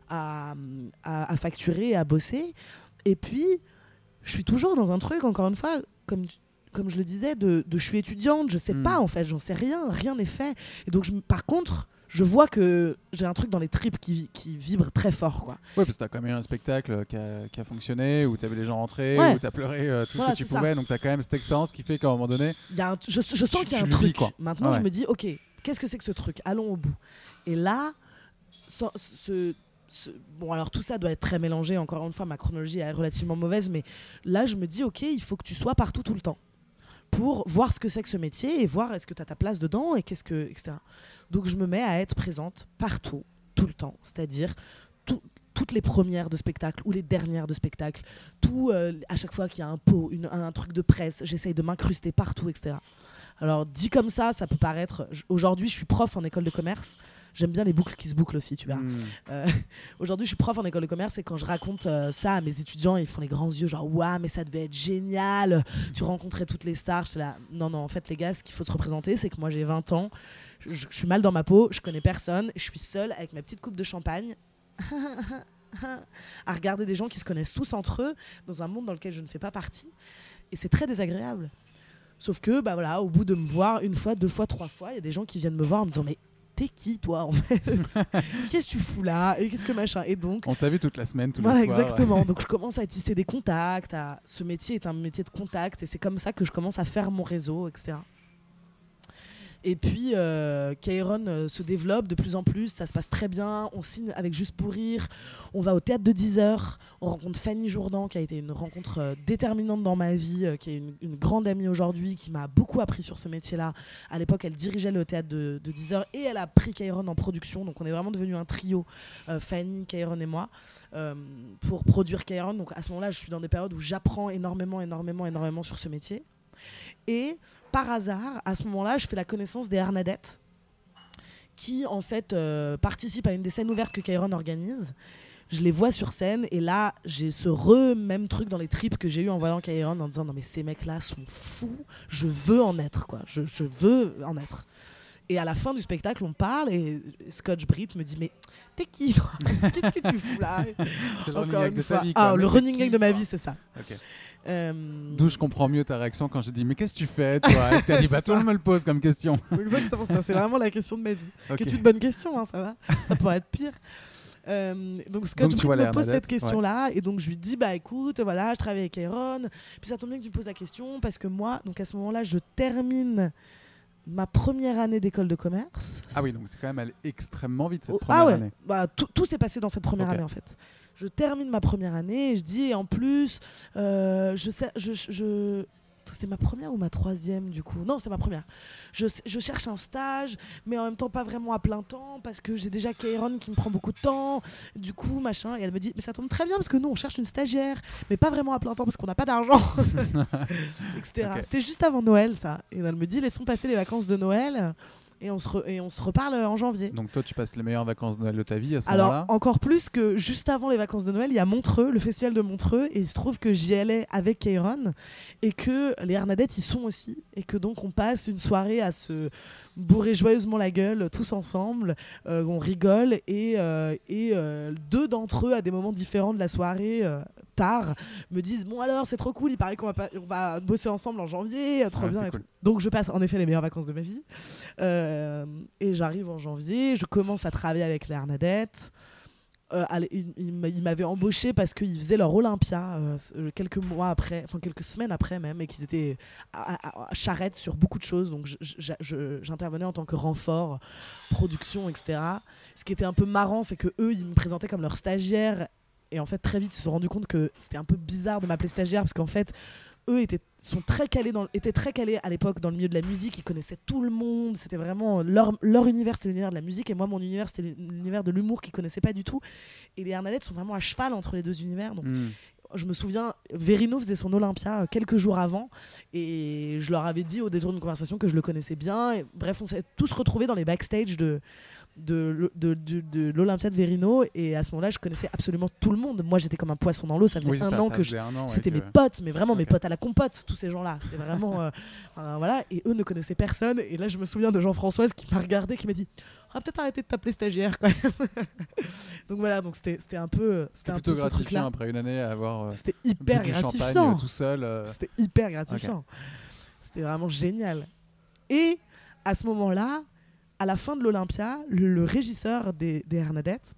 Speaker 3: facturer et à bosser. Et puis je suis toujours dans un truc, encore une fois, comme je le disais, je suis étudiante, je sais pas en fait, j'en sais rien n'est fait. Et donc par contre je vois que j'ai un truc dans les tripes qui vibre très fort, quoi.
Speaker 2: Ouais, parce que t'as quand même eu un spectacle qui a fonctionné, où t'avais les gens rentrés, où t'as pleuré tout ce que tu pouvais, donc t'as quand même cette expérience qui fait qu'à un moment donné
Speaker 3: je sens qu'il y a un truc, quoi. Maintenant je me dis ok, qu'est-ce que c'est que ce truc, allons au bout. Et là bon, alors tout ça doit être très mélangé, encore une fois ma chronologie est relativement mauvaise, mais là je me dis ok, il faut que tu sois partout tout le temps pour voir ce que c'est que ce métier et voir est-ce que tu as ta place dedans et etc. Donc je me mets à être présente partout, tout le temps, c'est-à-dire toutes les premières de spectacle ou les dernières de spectacle, à chaque fois qu'il y a un pot, un truc de presse, j'essaye de m'incruster partout, etc. Alors dit comme ça peut paraître... Aujourd'hui je suis prof en école de commerce. J'aime bien les boucles qui se bouclent aussi, tu vois. Aujourd'hui, je suis prof en école de commerce et quand je raconte ça à mes étudiants, ils font les grands yeux, genre « Waouh, mais ça devait être génial, tu rencontrais toutes les stars. » Je suis là, non, en fait, les gars, ce qu'il faut se représenter, c'est que moi, j'ai 20 ans, je suis mal dans ma peau, je connais personne, je suis seule avec ma petite coupe de champagne à regarder des gens qui se connaissent tous entre eux dans un monde dans lequel je ne fais pas partie. Et c'est très désagréable. Sauf que, bah voilà, au bout de me voir une fois, 2 fois, 3 fois, il y a des gens qui viennent me voir en me disant « Mais t'es qui toi en fait? Qu'est-ce que tu fous là? Et qu'est-ce que machin ?» Et donc
Speaker 2: on t'a vu toute la semaine, tous
Speaker 3: voilà,
Speaker 2: les soirs.
Speaker 3: Exactement. Donc je commence à tisser des contacts. Ce métier est un métier de contact et c'est comme ça que je commence à faire mon réseau, etc. Et puis Kairon se développe de plus en plus, ça se passe très bien, on signe avec Juste pour rire, on va au théâtre de 10h, on rencontre Fanny Jourdan qui a été une rencontre déterminante dans ma vie, qui est une grande amie aujourd'hui, qui m'a beaucoup appris sur ce métier-là. À l'époque, elle dirigeait le théâtre de 10h et elle a pris Kairon en production, donc on est vraiment devenu un trio, Fanny, Kairon et moi, pour produire Kairon. Donc à ce moment-là, je suis dans des périodes où j'apprends énormément sur ce métier. Et par hasard, à ce moment-là, je fais la connaissance des Hernadettes qui, en fait, participent à une des scènes ouvertes que Kairon organise. Je les vois sur scène et là, j'ai ce même truc dans les tripes que j'ai eu en voyant Kairon en disant « Non mais ces mecs-là sont fous, je veux en être, quoi. Je veux en être. » Et à la fin du spectacle, on parle et Scotch Britt me dit « Mais t'es qui, toi? Qu'est-ce que tu fous là ?»
Speaker 2: C'est le running gag de ta vie, quoi.
Speaker 3: Le running gag de ma vie, c'est ça.
Speaker 2: Okay. D'où je comprends mieux ta réaction quand j'ai dit « Mais qu'est-ce que tu fais, toi ?» Et t'as dit « Bah, tout le monde me le pose comme question. »
Speaker 3: Exactement ça, c'est vraiment la question de ma vie. Okay. Qui est une bonne question, hein, ça va. Ça pourrait être pire. Donc Scott me pose cette question-là, et donc je lui dis bah écoute, voilà, je travaille avec Kairon. Puis ça tombe bien que tu me poses la question parce que moi, donc à ce moment-là, je termine ma première année d'école de commerce.
Speaker 2: Ah oui, donc c'est quand même allé extrêmement vite cette première année.
Speaker 3: Bah, tout s'est passé dans cette première année en fait. Je termine ma première année et je dis, et en plus, C'était ma première ou ma troisième du coup? Non, c'est ma première. Je cherche un stage, mais en même temps pas vraiment à plein temps parce que j'ai déjà Kairon qui me prend beaucoup de temps. Du coup, machin. Et elle me dit, mais ça tombe très bien parce que nous, on cherche une stagiaire, mais pas vraiment à plein temps parce qu'on n'a pas d'argent, etc. Okay. C'était juste avant Noël, ça. Et elle me dit, laissons passer les vacances de Noël. Et on se reparle en janvier.
Speaker 2: Donc toi, tu passes les meilleures vacances de Noël de ta vie à ce moment-là?
Speaker 3: Alors, encore plus que juste avant les vacances de Noël, il y a Montreux, le festival de Montreux, et il se trouve que j'y allais avec Kairon, et que les Hernadettes y sont aussi, et que donc on passe une soirée à se bourrer joyeusement la gueule, tous ensemble, on rigole, et deux d'entre eux, à des moments différents de la soirée, tard, me disent bon alors c'est trop cool, il paraît qu'on va bosser ensemble en janvier, trop bien et cool. Tout. Donc je passe en effet les meilleures vacances de ma vie, et j'arrive en janvier, je commence à travailler avec les Hernadettes. Ils m'avaient embauché parce qu'ils faisaient leur Olympia quelques semaines après même, et qu'ils étaient à charrette sur beaucoup de choses, donc j'intervenais en tant que renfort, production, etc. Ce qui était un peu marrant, c'est que eux ils me présentaient comme leur stagiaire. Et en fait, très vite, ils se sont rendus compte que c'était un peu bizarre de m'appeler stagiaire parce qu'en fait, eux étaient très calés à l'époque dans le milieu de la musique. Ils connaissaient tout le monde. C'était vraiment leur univers, c'était l'univers de la musique. Et moi, mon univers, c'était l'univers de l'humour qu'ils connaissaient pas du tout. Et les Hernadettes sont vraiment à cheval entre les deux univers. Donc, je me souviens, Verino faisait son Olympia quelques jours avant. Et je leur avais dit au détour d'une conversation que je le connaissais bien. Et, bref, on s'est tous retrouvés dans les backstage de l'Olympia de Verino, et à ce moment-là je connaissais absolument tout le monde. Moi j'étais comme un poisson dans l'eau, ça faisait un an que c'était mes potes, mais vraiment mes potes à la compote, tous ces gens-là, c'était vraiment voilà, et eux ne connaissaient personne. Et là je me souviens de Jean-Françoise qui m'a regardé, qui m'a dit peut-être arrêter de t'appeler stagiaire quand même. Donc voilà, donc c'était un peu
Speaker 2: plutôt gratifiant après une année à avoir
Speaker 3: c'était hyper gratifiant
Speaker 2: tout seul
Speaker 3: c'était hyper gratifiant, c'était vraiment génial. Et à ce moment-là, à la fin de l'Olympia, le régisseur des Hernadettes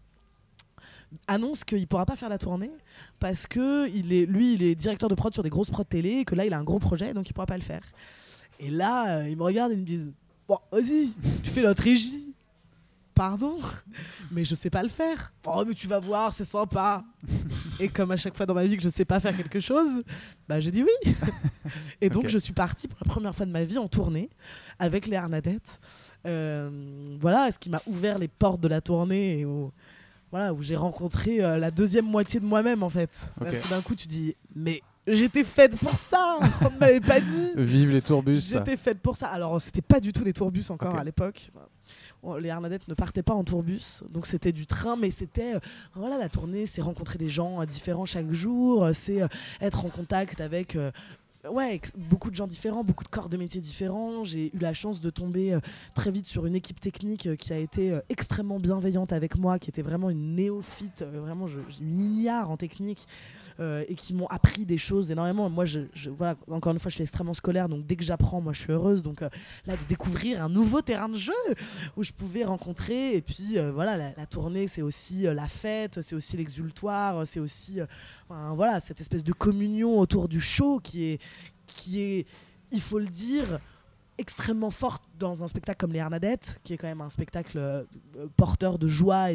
Speaker 3: annonce qu'il ne pourra pas faire la tournée parce qu'il est directeur de prod sur des grosses prods télé, et que là, il a un gros projet, donc il ne pourra pas le faire. Et là, ils me regardent et me disent « Bon, vas-y, tu fais notre régie. » Pardon, mais je sais pas le faire. Oh, mais tu vas voir, c'est sympa. Et comme à chaque fois dans ma vie que je sais pas faire quelque chose, bah j'ai dit oui. Et donc je suis partie pour la première fois de ma vie en tournée avec les Hernadettes. Voilà, ce qui m'a ouvert les portes de la tournée, et où j'ai rencontré la deuxième moitié de moi-même en fait. C'est-à-dire que d'un coup tu dis mais j'étais faite pour ça, on ne m'avait pas dit.
Speaker 2: Vive les tourbus.
Speaker 3: J'étais faite pour ça. Alors c'était pas du tout des tourbus encore à l'époque. Les Hernadettes ne partaient pas en tourbus, donc c'était du train, mais c'était la tournée, c'est rencontrer des gens différents chaque jour, c'est être en contact avec beaucoup de gens différents, beaucoup de corps de métiers différents. J'ai eu la chance de tomber très vite sur une équipe technique qui a été extrêmement bienveillante avec moi, qui était vraiment une néophyte, vraiment une ignare en technique, et qui m'ont appris des choses énormément. Moi, encore une fois, je suis extrêmement scolaire, donc dès que j'apprends, moi, je suis heureuse. Donc là, de découvrir un nouveau terrain de jeu où je pouvais rencontrer. Et puis, la tournée, c'est aussi la fête, c'est aussi l'exultoire, c'est aussi cette espèce de communion autour du show qui est, il faut le dire, extrêmement forte dans un spectacle comme les Hernadettes, qui est quand même un spectacle porteur de joie et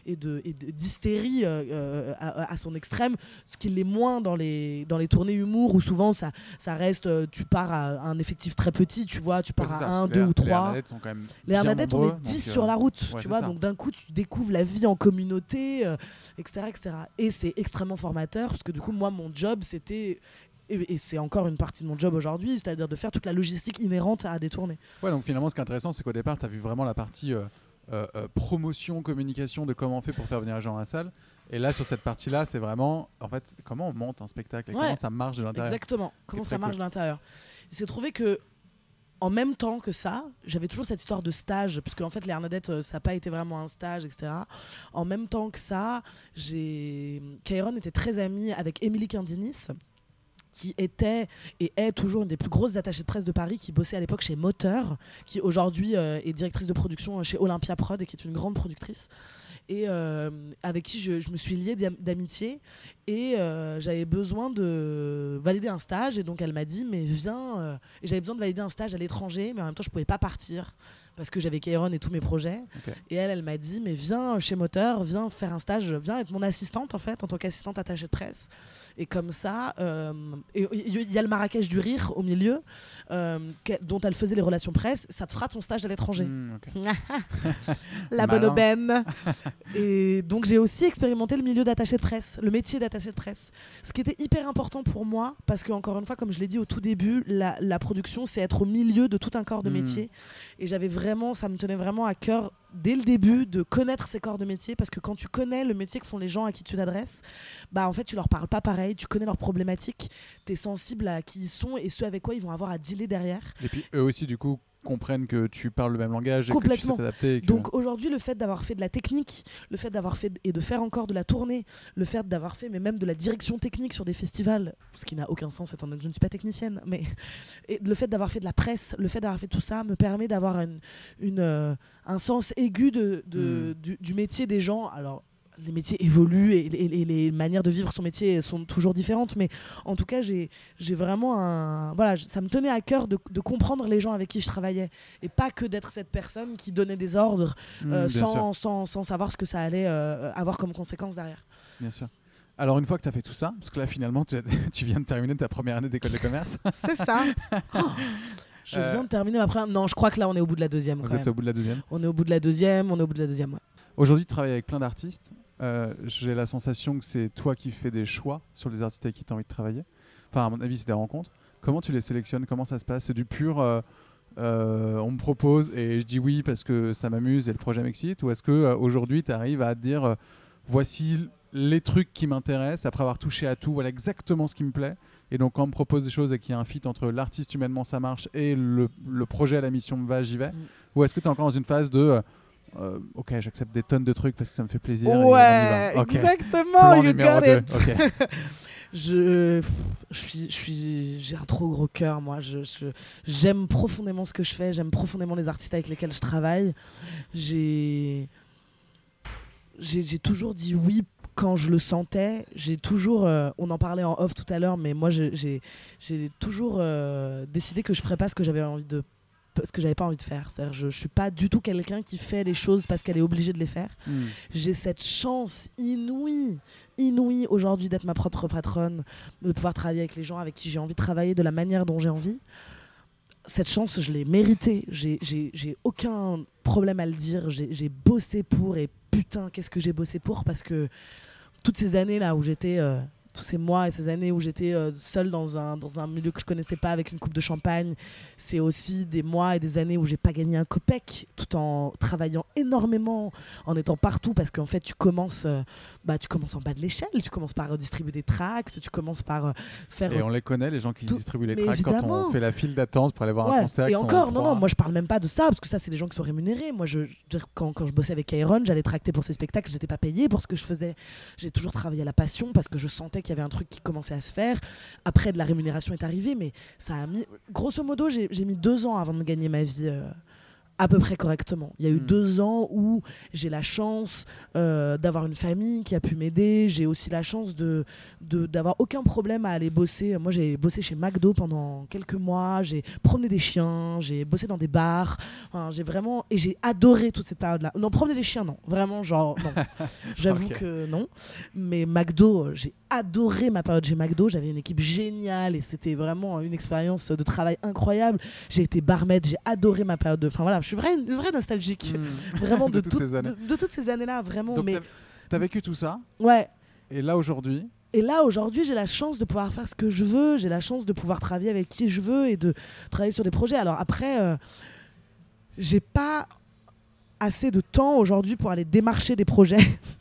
Speaker 3: d'hystérie à son extrême, ce qui l'est moins dans les tournées humour, où souvent ça reste, tu pars à un effectif très petit, tu vois, tu pars à 1, 2 ou 3. Les Hernadettes, on est 10 sur la route, tu vois, donc d'un coup tu découvres la vie en communauté, etc., etc. Et c'est extrêmement formateur, parce que du coup, moi, mon job, c'était... Et c'est encore une partie de mon job aujourd'hui, c'est-à-dire de faire toute la logistique inhérente à des tournées.
Speaker 2: Ouais, donc finalement, ce qui est intéressant, c'est qu'au départ, tu as vu vraiment la partie promotion, communication de comment on fait pour faire venir les gens à la salle. Et là, sur cette partie-là, c'est vraiment, en fait, comment on monte un spectacle et comment ça marche de l'intérieur.
Speaker 3: Exactement, comment ça marche de l'intérieur. Il s'est trouvé que, en même temps que ça, j'avais toujours cette histoire de stage, puisque en fait, les Hernadettes, ça n'a pas été vraiment un stage, etc. En même temps que ça, Kairon était très ami avec Émilie Candinis, qui était et est toujours une des plus grosses attachées de presse de Paris, qui bossait à l'époque chez Moteur, qui aujourd'hui est directrice de production chez Olympia Prod, et qui est une grande productrice, et avec qui je me suis liée d'amitié. Et j'avais besoin de valider un stage. Et donc, elle m'a dit, mais viens. Et j'avais besoin de valider un stage à l'étranger, mais en même temps, je ne pouvais pas partir parce que j'avais Kairon et tous mes projets. Okay. Et elle m'a dit, mais viens chez Moteur, viens faire un stage, viens être mon assistante, en fait, en tant qu'assistante attachée de presse. Et comme ça, il y a le Marrakech du Rire au milieu, dont elle faisait les relations presse. Ça te fera ton stage à l'étranger. La bonne aubaine. Et donc, j'ai aussi expérimenté le milieu d'attaché de presse, le métier d'attaché de presse. Ce qui était hyper important pour moi, parce que, encore une fois, comme je l'ai dit au tout début, la production, c'est être au milieu de tout un corps de métier. Et ça me tenait vraiment à cœur dès le début de connaître ces corps de métier, parce que quand tu connais le métier que font les gens à qui tu t'adresses, en fait tu leur parles pas pareil, tu connais leurs problématiques, tu es sensible à qui ils sont et ce avec quoi ils vont avoir à dealer derrière.
Speaker 2: Et puis eux aussi du coup comprennent que tu parles le même langage et que tu sais t'adapter.
Speaker 3: Donc aujourd'hui, le fait d'avoir fait de la technique, le fait d'avoir fait et de faire encore de la tournée, le fait d'avoir fait mais même de la direction technique sur des festivals, ce qui n'a aucun sens étant donné que je ne suis pas technicienne, mais et le fait d'avoir fait de la presse, le fait d'avoir fait tout ça me permet d'avoir un sens aigu du métier des gens. Alors les métiers évoluent et les manières de vivre son métier sont toujours différentes, mais en tout cas j'ai vraiment ça me tenait à cœur de comprendre les gens avec qui je travaillais et pas que d'être cette personne qui donnait des ordres sans savoir ce que ça allait avoir comme conséquence derrière.
Speaker 2: Bien sûr. Alors une fois que tu as fait tout ça, parce que là finalement tu viens de terminer ta première année d'école de commerce.
Speaker 3: C'est ça. Je viens de terminer ma première... Non, je crois que là on est au bout de la deuxième.
Speaker 2: Vous êtes au bout de la deuxième ?
Speaker 3: On est au bout de la deuxième, ouais.
Speaker 2: Aujourd'hui, tu travailles avec plein d'artistes. J'ai la sensation que c'est toi qui fais des choix sur les artistes avec qui tu as envie de travailler. Enfin, à mon avis, c'est des rencontres. Comment tu les sélectionnes ? Comment ça se passe ? C'est du pur on me propose et je dis oui parce que ça m'amuse et le projet m'excite ? Ou est-ce qu'aujourd'hui, tu arrives à te dire voici les trucs qui m'intéressent, après avoir touché à tout, voilà exactement ce qui me plaît. Et donc, quand on me propose des choses et qu'il y a un fit entre l'artiste humainement, ça marche, et le projet à la mission me va, j'y vais. Ou est-ce que tu es encore dans une phase de... ok, j'accepte des tonnes de trucs parce que ça me fait plaisir.
Speaker 3: Ouais,
Speaker 2: et on y va. Okay.
Speaker 3: Exactement, you got it.
Speaker 2: Okay.
Speaker 3: J'ai un trop gros cœur, moi. J'aime profondément ce que je fais, j'aime profondément les artistes avec lesquels je travaille. J'ai toujours dit oui quand je le sentais. J'ai toujours, on en parlait en off tout à l'heure, mais moi j'ai toujours décidé que je ferais pas ce que j'avais pas envie de faire. C'est-à-dire, je suis pas du tout quelqu'un qui fait les choses parce qu'elle est obligée de les faire. J'ai cette chance inouïe aujourd'hui d'être ma propre patronne, de pouvoir travailler avec les gens avec qui j'ai envie de travailler de la manière dont j'ai envie. Cette chance, je l'ai méritée. J'ai aucun problème à le dire. J'ai bossé pour, et putain, qu'est-ce que j'ai bossé pour, parce que toutes ces années là où j'étais... tous ces mois et ces années où j'étais seule dans un milieu que je connaissais pas avec une coupe de champagne, c'est aussi des mois et des années où j'ai pas gagné un copec, tout en travaillant énormément, en étant partout, parce qu'en fait tu commences en bas de l'échelle, tu commences par distribuer des tracts, tu commences par faire...
Speaker 2: Et on les connaît, les gens qui distribuent les tracts, quand on fait la file d'attente pour aller voir un concert.
Speaker 3: Et encore, non, moi je parle même pas de ça, parce que ça c'est des gens qui sont rémunérés. Moi quand je bossais avec Kairon, j'allais tracter pour ces spectacles, j'étais pas payée pour ce que je faisais. J'ai toujours travaillé à la passion parce que je sentais qu'il y avait un truc qui commençait à se faire. Après, de la rémunération est arrivée, mais ça a mis... Grosso modo, j'ai mis 2 ans avant de gagner ma vie à peu près correctement. Il y a eu 2 ans où j'ai la chance d'avoir une famille qui a pu m'aider. J'ai aussi la chance d'avoir aucun problème à aller bosser. Moi, j'ai bossé chez McDo pendant quelques mois. J'ai promené des chiens. J'ai bossé dans des bars. Enfin, et j'ai adoré toute cette période-là. Non, promener des chiens, non. Vraiment, genre, non. J'avoue que non. Mais McDo, j'ai adoré ma période chez McDo. J'avais une équipe géniale et c'était vraiment une expérience de travail incroyable. J'ai été barmaid. J'ai adoré ma période de... Enfin, voilà, je suis une vraie nostalgique. Vraiment de toutes ces années-là, vraiment.
Speaker 2: Donc, t'as vécu tout ça.
Speaker 3: Ouais.
Speaker 2: Et là, aujourd'hui,
Speaker 3: j'ai la chance de pouvoir faire ce que je veux. J'ai la chance de pouvoir travailler avec qui je veux et de travailler sur des projets. Alors après, j'ai pas assez de temps aujourd'hui pour aller démarcher des projets.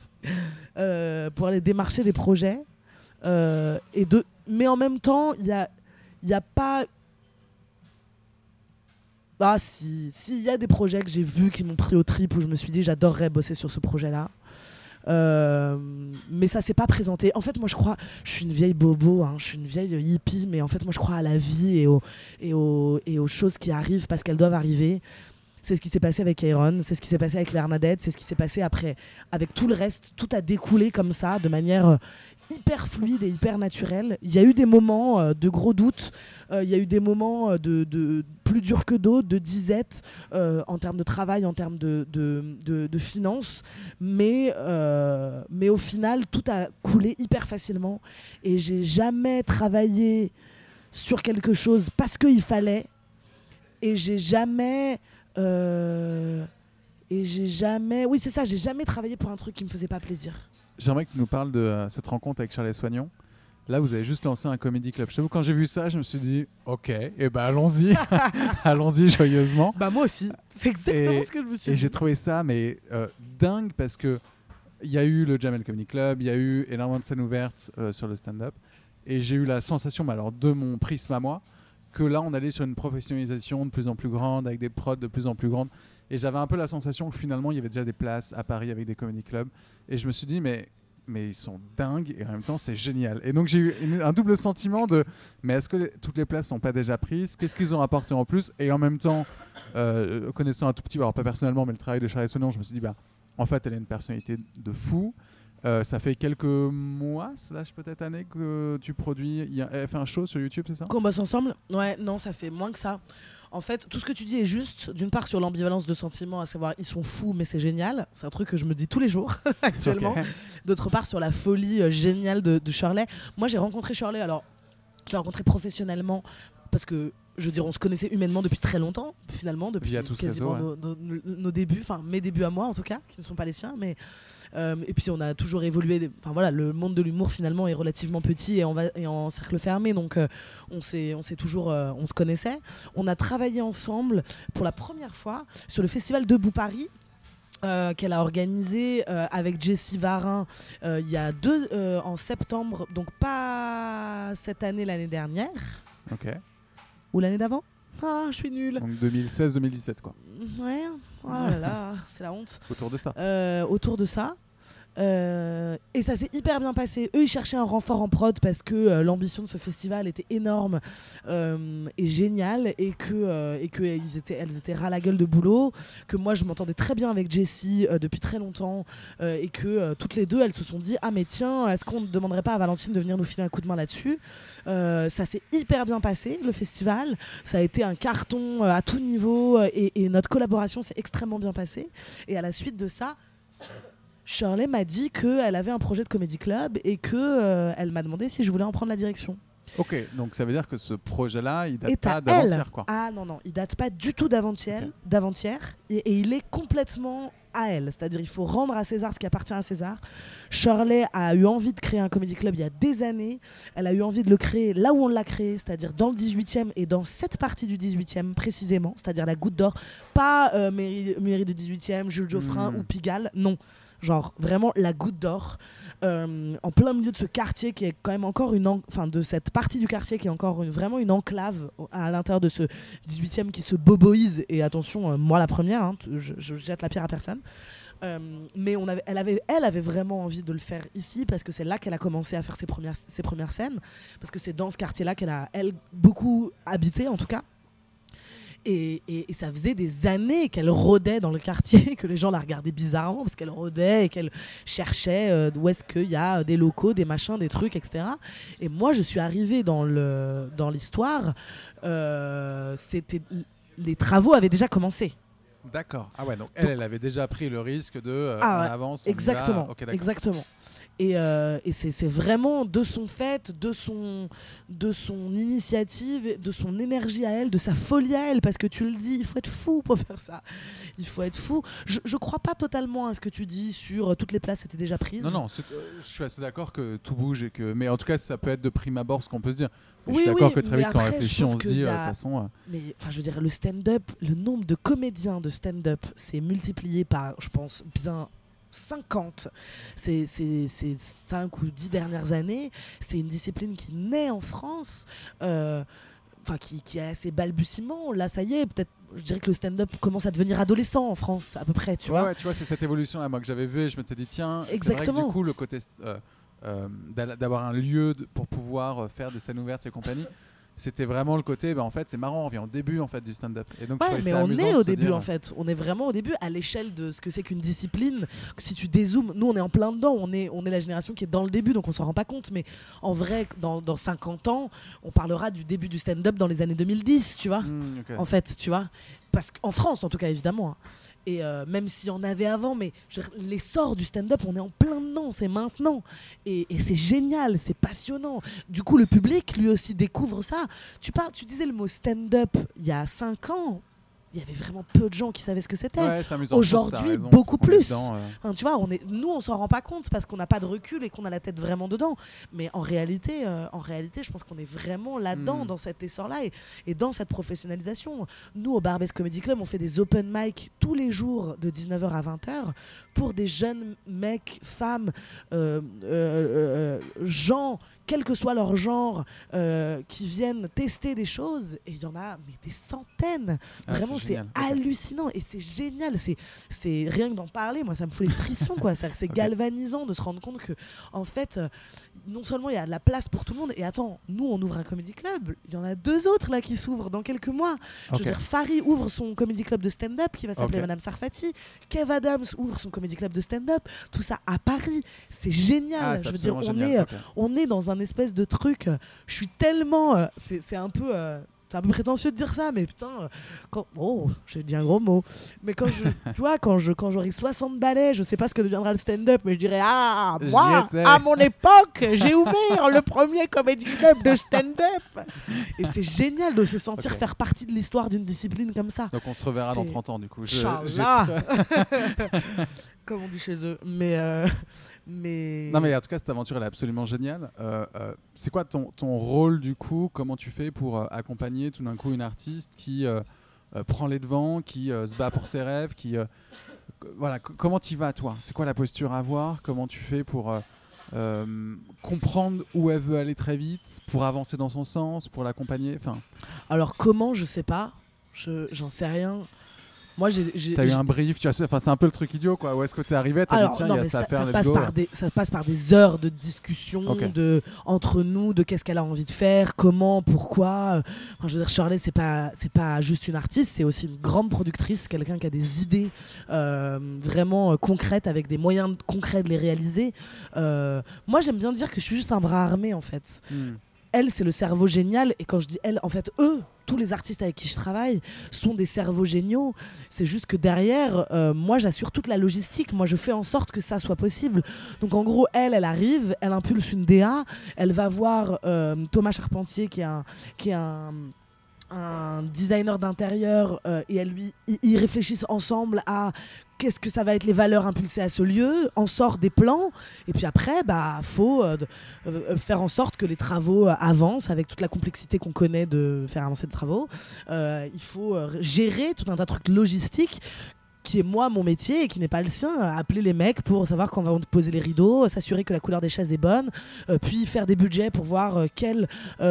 Speaker 3: Mais en même temps, il y a pas... Ah, s'il y a des projets que j'ai vus qui m'ont pris au trip, où je me suis dit j'adorerais bosser sur ce projet-là. Mais ça s'est pas présenté. En fait, moi je crois, je suis une vieille bobo, je suis une vieille hippie, mais en fait moi je crois à la vie et aux choses qui arrivent parce qu'elles doivent arriver. C'est ce qui s'est passé avec Kairon, c'est ce qui s'est passé avec Lernadette, c'est ce qui s'est passé après avec tout le reste. Tout a découlé comme ça, de manière hyper fluide et hyper naturel. Il y a eu des moments de gros doutes, il y a eu des moments de plus durs que d'autres, de disette en termes de travail, en termes de finances, mais au final tout a coulé hyper facilement et j'ai jamais travaillé sur quelque chose parce qu'il fallait et j'ai jamais oui c'est ça, j'ai jamais travaillé pour un truc qui me faisait pas plaisir.
Speaker 2: J'aimerais que tu nous parles de cette rencontre avec Charles Soignon. Là, vous avez juste lancé un comedy club. Je t'avoue, quand j'ai vu ça, je me suis dit, ok, allons-y, allons-y joyeusement.
Speaker 3: Bah moi aussi, c'est exactement ce que je me suis dit.
Speaker 2: Et j'ai trouvé ça dingue parce que il y a eu le Jamel Comedy Club, il y a eu énormément de scènes ouvertes sur le stand-up, et j'ai eu la sensation, de mon prisme à moi, que là, on allait sur une professionnalisation de plus en plus grande, avec des prods de plus en plus grandes. Et j'avais un peu la sensation que finalement, il y avait déjà des places à Paris avec des comedy clubs. Et je me suis dit, mais ils sont dingues et en même temps, c'est génial. Et donc, j'ai eu un double sentiment de, mais est-ce que toutes les places ne sont pas déjà prises ? Qu'est-ce qu'ils ont apporté en plus ? Et en même temps, connaissant un tout petit peu, alors pas personnellement, mais le travail de Charles Soignon, je me suis dit, en fait, elle a une personnalité de fou. Ça fait quelques mois, peut-être années que tu produis. Elle fait un show sur YouTube, c'est ça ?
Speaker 3: Qu'on bosse ensemble ? Ouais, non, ça fait moins que ça. En fait, tout ce que tu dis est juste, d'une part sur l'ambivalence de sentiments, à savoir ils sont fous mais c'est génial, c'est un truc que je me dis tous les jours actuellement. Okay. D'autre part sur la folie géniale de Shirley. Moi j'ai rencontré Shirley, alors je l'ai rencontré professionnellement parce que je veux dire on se connaissait humainement depuis très longtemps finalement, depuis quasiment nos débuts, enfin mes débuts à moi en tout cas, qui ne sont pas les siens, mais et puis on a toujours évolué, le monde de l'humour finalement est relativement petit et en cercle fermé, donc on se connaissait. On a travaillé ensemble pour la première fois sur le festival Debout Paris qu'elle a organisé avec Jessie Varin il y a en septembre, donc pas cette année, l'année dernière.
Speaker 2: Ok.
Speaker 3: Ou l'année d'avant. Ah, je suis nulle.
Speaker 2: Donc 2016-2017 quoi.
Speaker 3: Ouais. Oh là là, c'est la honte.
Speaker 2: Autour de ça.
Speaker 3: Et ça s'est hyper bien passé. Eux, ils cherchaient un renfort en prod parce que l'ambition de ce festival était énorme et géniale, et que elles étaient ras la gueule de boulot. Que moi, je m'entendais très bien avec Jessie depuis très longtemps, et que toutes les deux, elles se sont dit ah mais tiens, est-ce qu'on ne demanderait pas à Valentine de venir nous filer un coup de main là-dessus ? Ça s'est hyper bien passé, le festival. Ça a été un carton à tout niveau, et notre collaboration s'est extrêmement bien passée. Et à la suite de ça, Shirley m'a dit qu'elle avait un projet de comédie club et qu'elle m'a demandé si je voulais en prendre la direction.
Speaker 2: Ok, donc ça veut dire que ce projet-là, il date pas d'avant-hier, quoi.
Speaker 3: Ah non, il date pas du tout d'avant-hier, et il est complètement à elle. C'est-à-dire il faut rendre à César ce qui appartient à César. Shirley a eu envie de créer un comédie club il y a des années. Elle a eu envie de le créer là où on l'a créé, c'est-à-dire dans le 18e et dans cette partie du 18e précisément, c'est-à-dire la Goutte d'Or, pas mairie du 18e, Jules Geoffrin ou Pigalle, non. Genre vraiment la Goutte d'Or, en plein milieu de ce quartier qui est quand même encore de cette partie du quartier qui est encore vraiment une enclave à l'intérieur de ce 18e qui se boboise. Et attention, moi la première, hein, je jette la pierre à personne. Mais elle avait vraiment envie de le faire ici parce que c'est là qu'elle a commencé à faire ses premières scènes, parce que c'est dans ce quartier-là qu'elle a beaucoup habité en tout cas. Et ça faisait des années qu'elle rôdait dans le quartier, que les gens la regardaient bizarrement parce qu'elle rôdait et qu'elle cherchait où est-ce qu'il y a des locaux, des machins, des trucs, etc. Et moi, je suis arrivée dans l'histoire, les travaux avaient déjà commencé.
Speaker 2: D'accord. Ah ouais, donc elle avait déjà pris le risque de on avance, on
Speaker 3: exactement,
Speaker 2: y va. Okay,
Speaker 3: exactement. Et c'est vraiment de son fait, de son initiative, de son énergie à elle, de sa folie à elle, parce que tu le dis, il faut être fou pour faire ça. Il faut être fou. Je crois pas totalement à ce que tu dis sur toutes les places étaient déjà prises.
Speaker 2: Non, je suis assez d'accord que tout bouge mais en tout cas ça peut être de prime abord ce qu'on peut se dire. Je suis d'accord que très vite quand on réfléchit, on se dit de toute façon.
Speaker 3: Mais enfin, je veux dire, le stand-up, le nombre de comédiens de stand-up s'est multiplié par, je pense, bien 50. C'est 5 ou 10 dernières années. C'est une discipline qui naît en France, qui est assez balbutiement. Là, ça y est, peut-être. Je dirais que le stand-up commence à devenir adolescent en France, à peu près, tu vois.
Speaker 2: Ouais, tu vois, c'est cette évolution moi que j'avais vue. Et je m'étais dit tiens,
Speaker 3: exactement.
Speaker 2: C'est vrai que du coup le côté d'avoir un lieu pour pouvoir faire des scènes ouvertes et compagnie, c'était vraiment le côté, en fait, c'est marrant, on vient au début en fait du stand-up.
Speaker 3: Et donc, mais on est au début en fait. On est vraiment au début, à l'échelle de ce que c'est qu'une discipline. Si tu dézoomes, nous on est en plein dedans, on est la génération qui est dans le début, donc on s'en rend pas compte. Mais en vrai, dans 50 ans, on parlera du début du stand-up dans les années 2010, tu vois.
Speaker 2: Okay.
Speaker 3: En fait, tu vois. Parce qu'en France, en tout cas, évidemment. Et même s'il y en avait avant, mais l'essor du stand-up, on est en plein dedans, c'est maintenant. Et c'est génial, c'est passionnant. Du coup, le public, lui aussi, découvre ça. Tu disais le mot stand-up il y a 5 ans. Il y avait vraiment peu de gens qui savaient ce que c'était.
Speaker 2: Ouais, c'est amusant.
Speaker 3: Aujourd'hui, beaucoup plus. Tu vois, nous, on s'en rend pas compte parce qu'on n'a pas de recul et qu'on a la tête vraiment dedans. Mais en réalité, je pense qu'on est vraiment là-dedans, dans cet essor-là et dans cette professionnalisation. Nous, au Barbès Comedy Club, on fait des open mic tous les jours de 19h à 20h pour des jeunes mecs, femmes, gens, quel que soit leur genre, qui viennent tester des choses. Et il y en a des centaines. Vraiment, c'est hallucinant. Et c'est génial. C'est rien que d'en parler, moi, ça me fout les frissons, quoi. C'est galvanisant de se rendre compte que, en fait, non seulement il y a de la place pour tout le monde, et attends, nous, on ouvre un comedy club. Il y en a 2 autres là qui s'ouvrent dans quelques mois. Je veux dire, Farid ouvre son comedy club de stand-up qui va s'appeler Madame Sarfati. Kev Adams ouvre son comedy club de stand-up. Tout ça à Paris. C'est génial. Je veux dire, on est dans un espèce de truc. Je suis tellement. C'est un peu. C'est un peu prétentieux de dire ça, mais putain, j'ai dit un gros mot. Mais quand j'aurai 60 balais, je sais pas ce que deviendra le stand-up, mais je dirais moi, à mon époque, j'ai ouvert le premier comedy club de stand-up. Et c'est génial de se sentir faire partie de l'histoire d'une discipline comme ça.
Speaker 2: Donc on se reverra dans 30 ans, du coup.
Speaker 3: Comme on dit chez eux. Mais...
Speaker 2: Non, mais en tout cas, cette aventure, elle est absolument géniale. C'est quoi ton rôle, du coup? Comment tu fais pour accompagner tout d'un coup une artiste qui prend les devants, qui se bat pour ses rêves, comment tu vas, toi? C'est quoi la posture à avoir? Comment tu fais pour comprendre où elle veut aller très vite, pour avancer dans son sens, pour l'accompagner?
Speaker 3: Alors, comment? Je sais pas. J'en sais rien. Moi,
Speaker 2: t'as eu un brief, tu vois, c'est un peu le truc idiot, quoi. Où est-ce que t'es arrivé? T'as dit, tiens, il y a ça à faire,
Speaker 3: ça passe par des heures de discussion entre nous, de qu'est-ce qu'elle a envie de faire, comment, pourquoi. Enfin, je veux dire, Shirley, c'est pas juste une artiste, c'est aussi une grande productrice, quelqu'un qui a des idées vraiment concrètes, avec des moyens concrets de les réaliser. Moi, j'aime bien dire que je suis juste un bras armé, en fait. Elle, c'est le cerveau génial, et quand je dis elle, en fait, tous les artistes avec qui je travaille sont des cerveaux géniaux. C'est juste que derrière, moi, j'assure toute la logistique. Moi, je fais en sorte que ça soit possible. Donc, en gros, elle arrive, elle impulse une DA, elle va voir Thomas Charpentier, qui est un designer d'intérieur, et ils réfléchissent ensemble à qu'est-ce que ça va être les valeurs impulsées à ce lieu, en sort des plans, et puis après, faut faire en sorte que les travaux avancent avec toute la complexité qu'on connaît de faire avancer des travaux. Il faut gérer tout un tas de trucs logistiques qui est moi mon métier et qui n'est pas le sien, appeler les mecs pour savoir quand on va poser les rideaux, s'assurer que la couleur des chaises est bonne, puis faire des budgets pour voir quel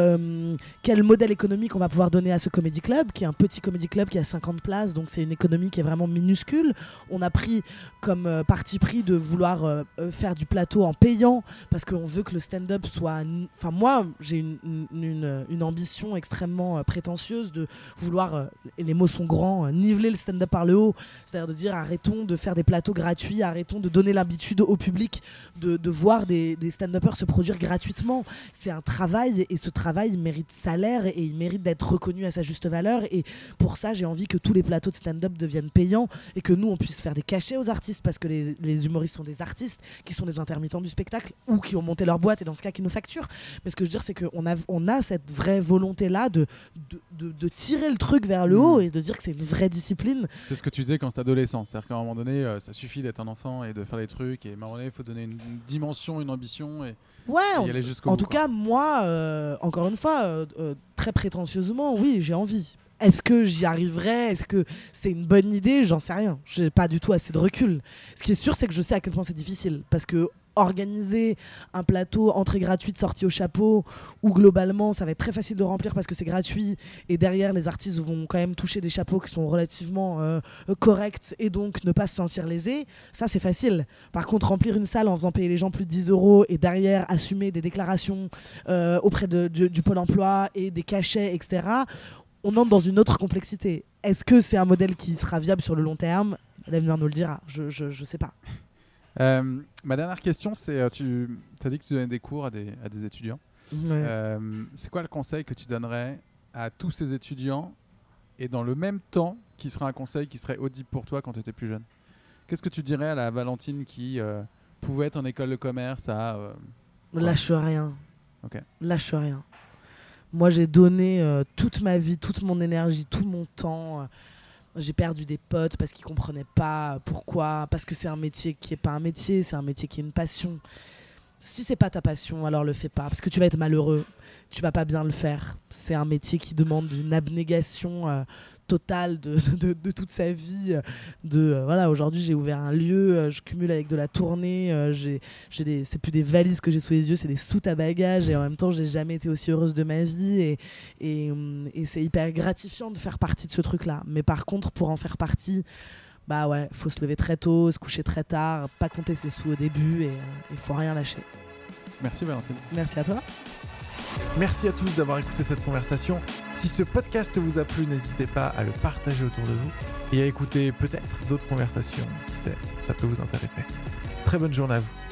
Speaker 3: modèle économique on va pouvoir donner à ce comédie club, qui est un petit comédie club qui a 50 places, donc c'est une économie qui est vraiment minuscule. On a pris comme parti pris de vouloir faire du plateau en payant, parce qu'on veut que le stand-up soit... Enfin, moi, j'ai une ambition extrêmement prétentieuse de vouloir, et les mots sont grands, niveler le stand-up par le haut, c'est-à-dire de dire arrêtons de faire des plateaux gratuits, arrêtons de donner l'habitude au public de voir des stand-uppers se produire gratuitement. C'est un travail, et ce travail mérite salaire, et il mérite d'être reconnu à sa juste valeur, et pour ça j'ai envie que tous les plateaux de stand-up deviennent payants, et que nous on puisse faire des cachets aux artistes, parce que les humoristes sont des artistes qui sont des intermittents du spectacle ou qui ont monté leur boîte, et dans ce cas qui nous facturent. Mais ce que je veux dire, c'est qu'on a cette vraie volonté là de tirer le truc vers le haut, et de dire que c'est une vraie discipline.
Speaker 2: C'est ce que tu disais quand c'était adolescent, c'est-à-dire qu'à un moment donné ça suffit d'être un enfant et de faire des trucs, et à un moment donné il faut donner une dimension, une ambition, et y aller jusqu'au bout.
Speaker 3: En tout cas, moi, encore une fois, très prétentieusement, oui, j'ai envie. Est-ce que j'y arriverai? Est-ce que c'est une bonne idée? J'en sais rien. J'ai pas du tout assez de recul. Ce qui est sûr, c'est que je sais à quel point c'est difficile, parce que organiser un plateau entrée gratuite, sortie au chapeau, où globalement ça va être très facile de remplir parce que c'est gratuit et derrière les artistes vont quand même toucher des chapeaux qui sont relativement corrects et donc ne pas se sentir lésés, ça c'est facile. Par contre, remplir une salle en faisant payer les gens plus de 10 € et derrière assumer des déclarations auprès du Pôle emploi et des cachets, etc., on entre dans une autre complexité. Est-ce que c'est un modèle qui sera viable sur le long terme ? L'avenir nous le dira, je sais pas.
Speaker 2: Ma dernière question, c'est tu as dit que tu donnais des cours à des étudiants.
Speaker 3: Ouais.
Speaker 2: C'est quoi le conseil que tu donnerais à tous ces étudiants et dans le même temps qui sera un conseil qui serait audible pour toi quand tu étais plus jeune ? Qu'est-ce que tu dirais à la Valentine qui pouvait être en école de commerce à...
Speaker 3: Lâche rien.
Speaker 2: Okay.
Speaker 3: Lâche rien. Moi, j'ai donné toute ma vie, toute mon énergie, tout mon temps. J'ai perdu des potes parce qu'ils comprenaient pas pourquoi. Parce que c'est un métier qui est pas un métier, c'est un métier qui est une passion. Si c'est pas ta passion, alors le fais pas. Parce que tu vas être malheureux. Tu vas pas bien le faire. C'est un métier qui demande une abnégation totale de toute sa vie. Voilà, aujourd'hui, j'ai ouvert un lieu, je cumule avec de la tournée. C'est plus des valises que j'ai sous les yeux, c'est des soutes à bagages. Et en même temps, j'ai jamais été aussi heureuse de ma vie. Et c'est hyper gratifiant de faire partie de ce truc-là. Mais par contre, pour en faire partie, bah ouais, faut se lever très tôt, se coucher très tard, pas compter ses sous au début et il faut rien lâcher.
Speaker 2: Merci Valentine.
Speaker 3: Merci à toi.
Speaker 1: Merci à tous d'avoir écouté cette conversation. Si ce podcast vous a plu, n'hésitez pas à le partager autour de vous et à écouter peut-être d'autres conversations. Qui sait, ça peut vous intéresser. Très bonne journée à vous.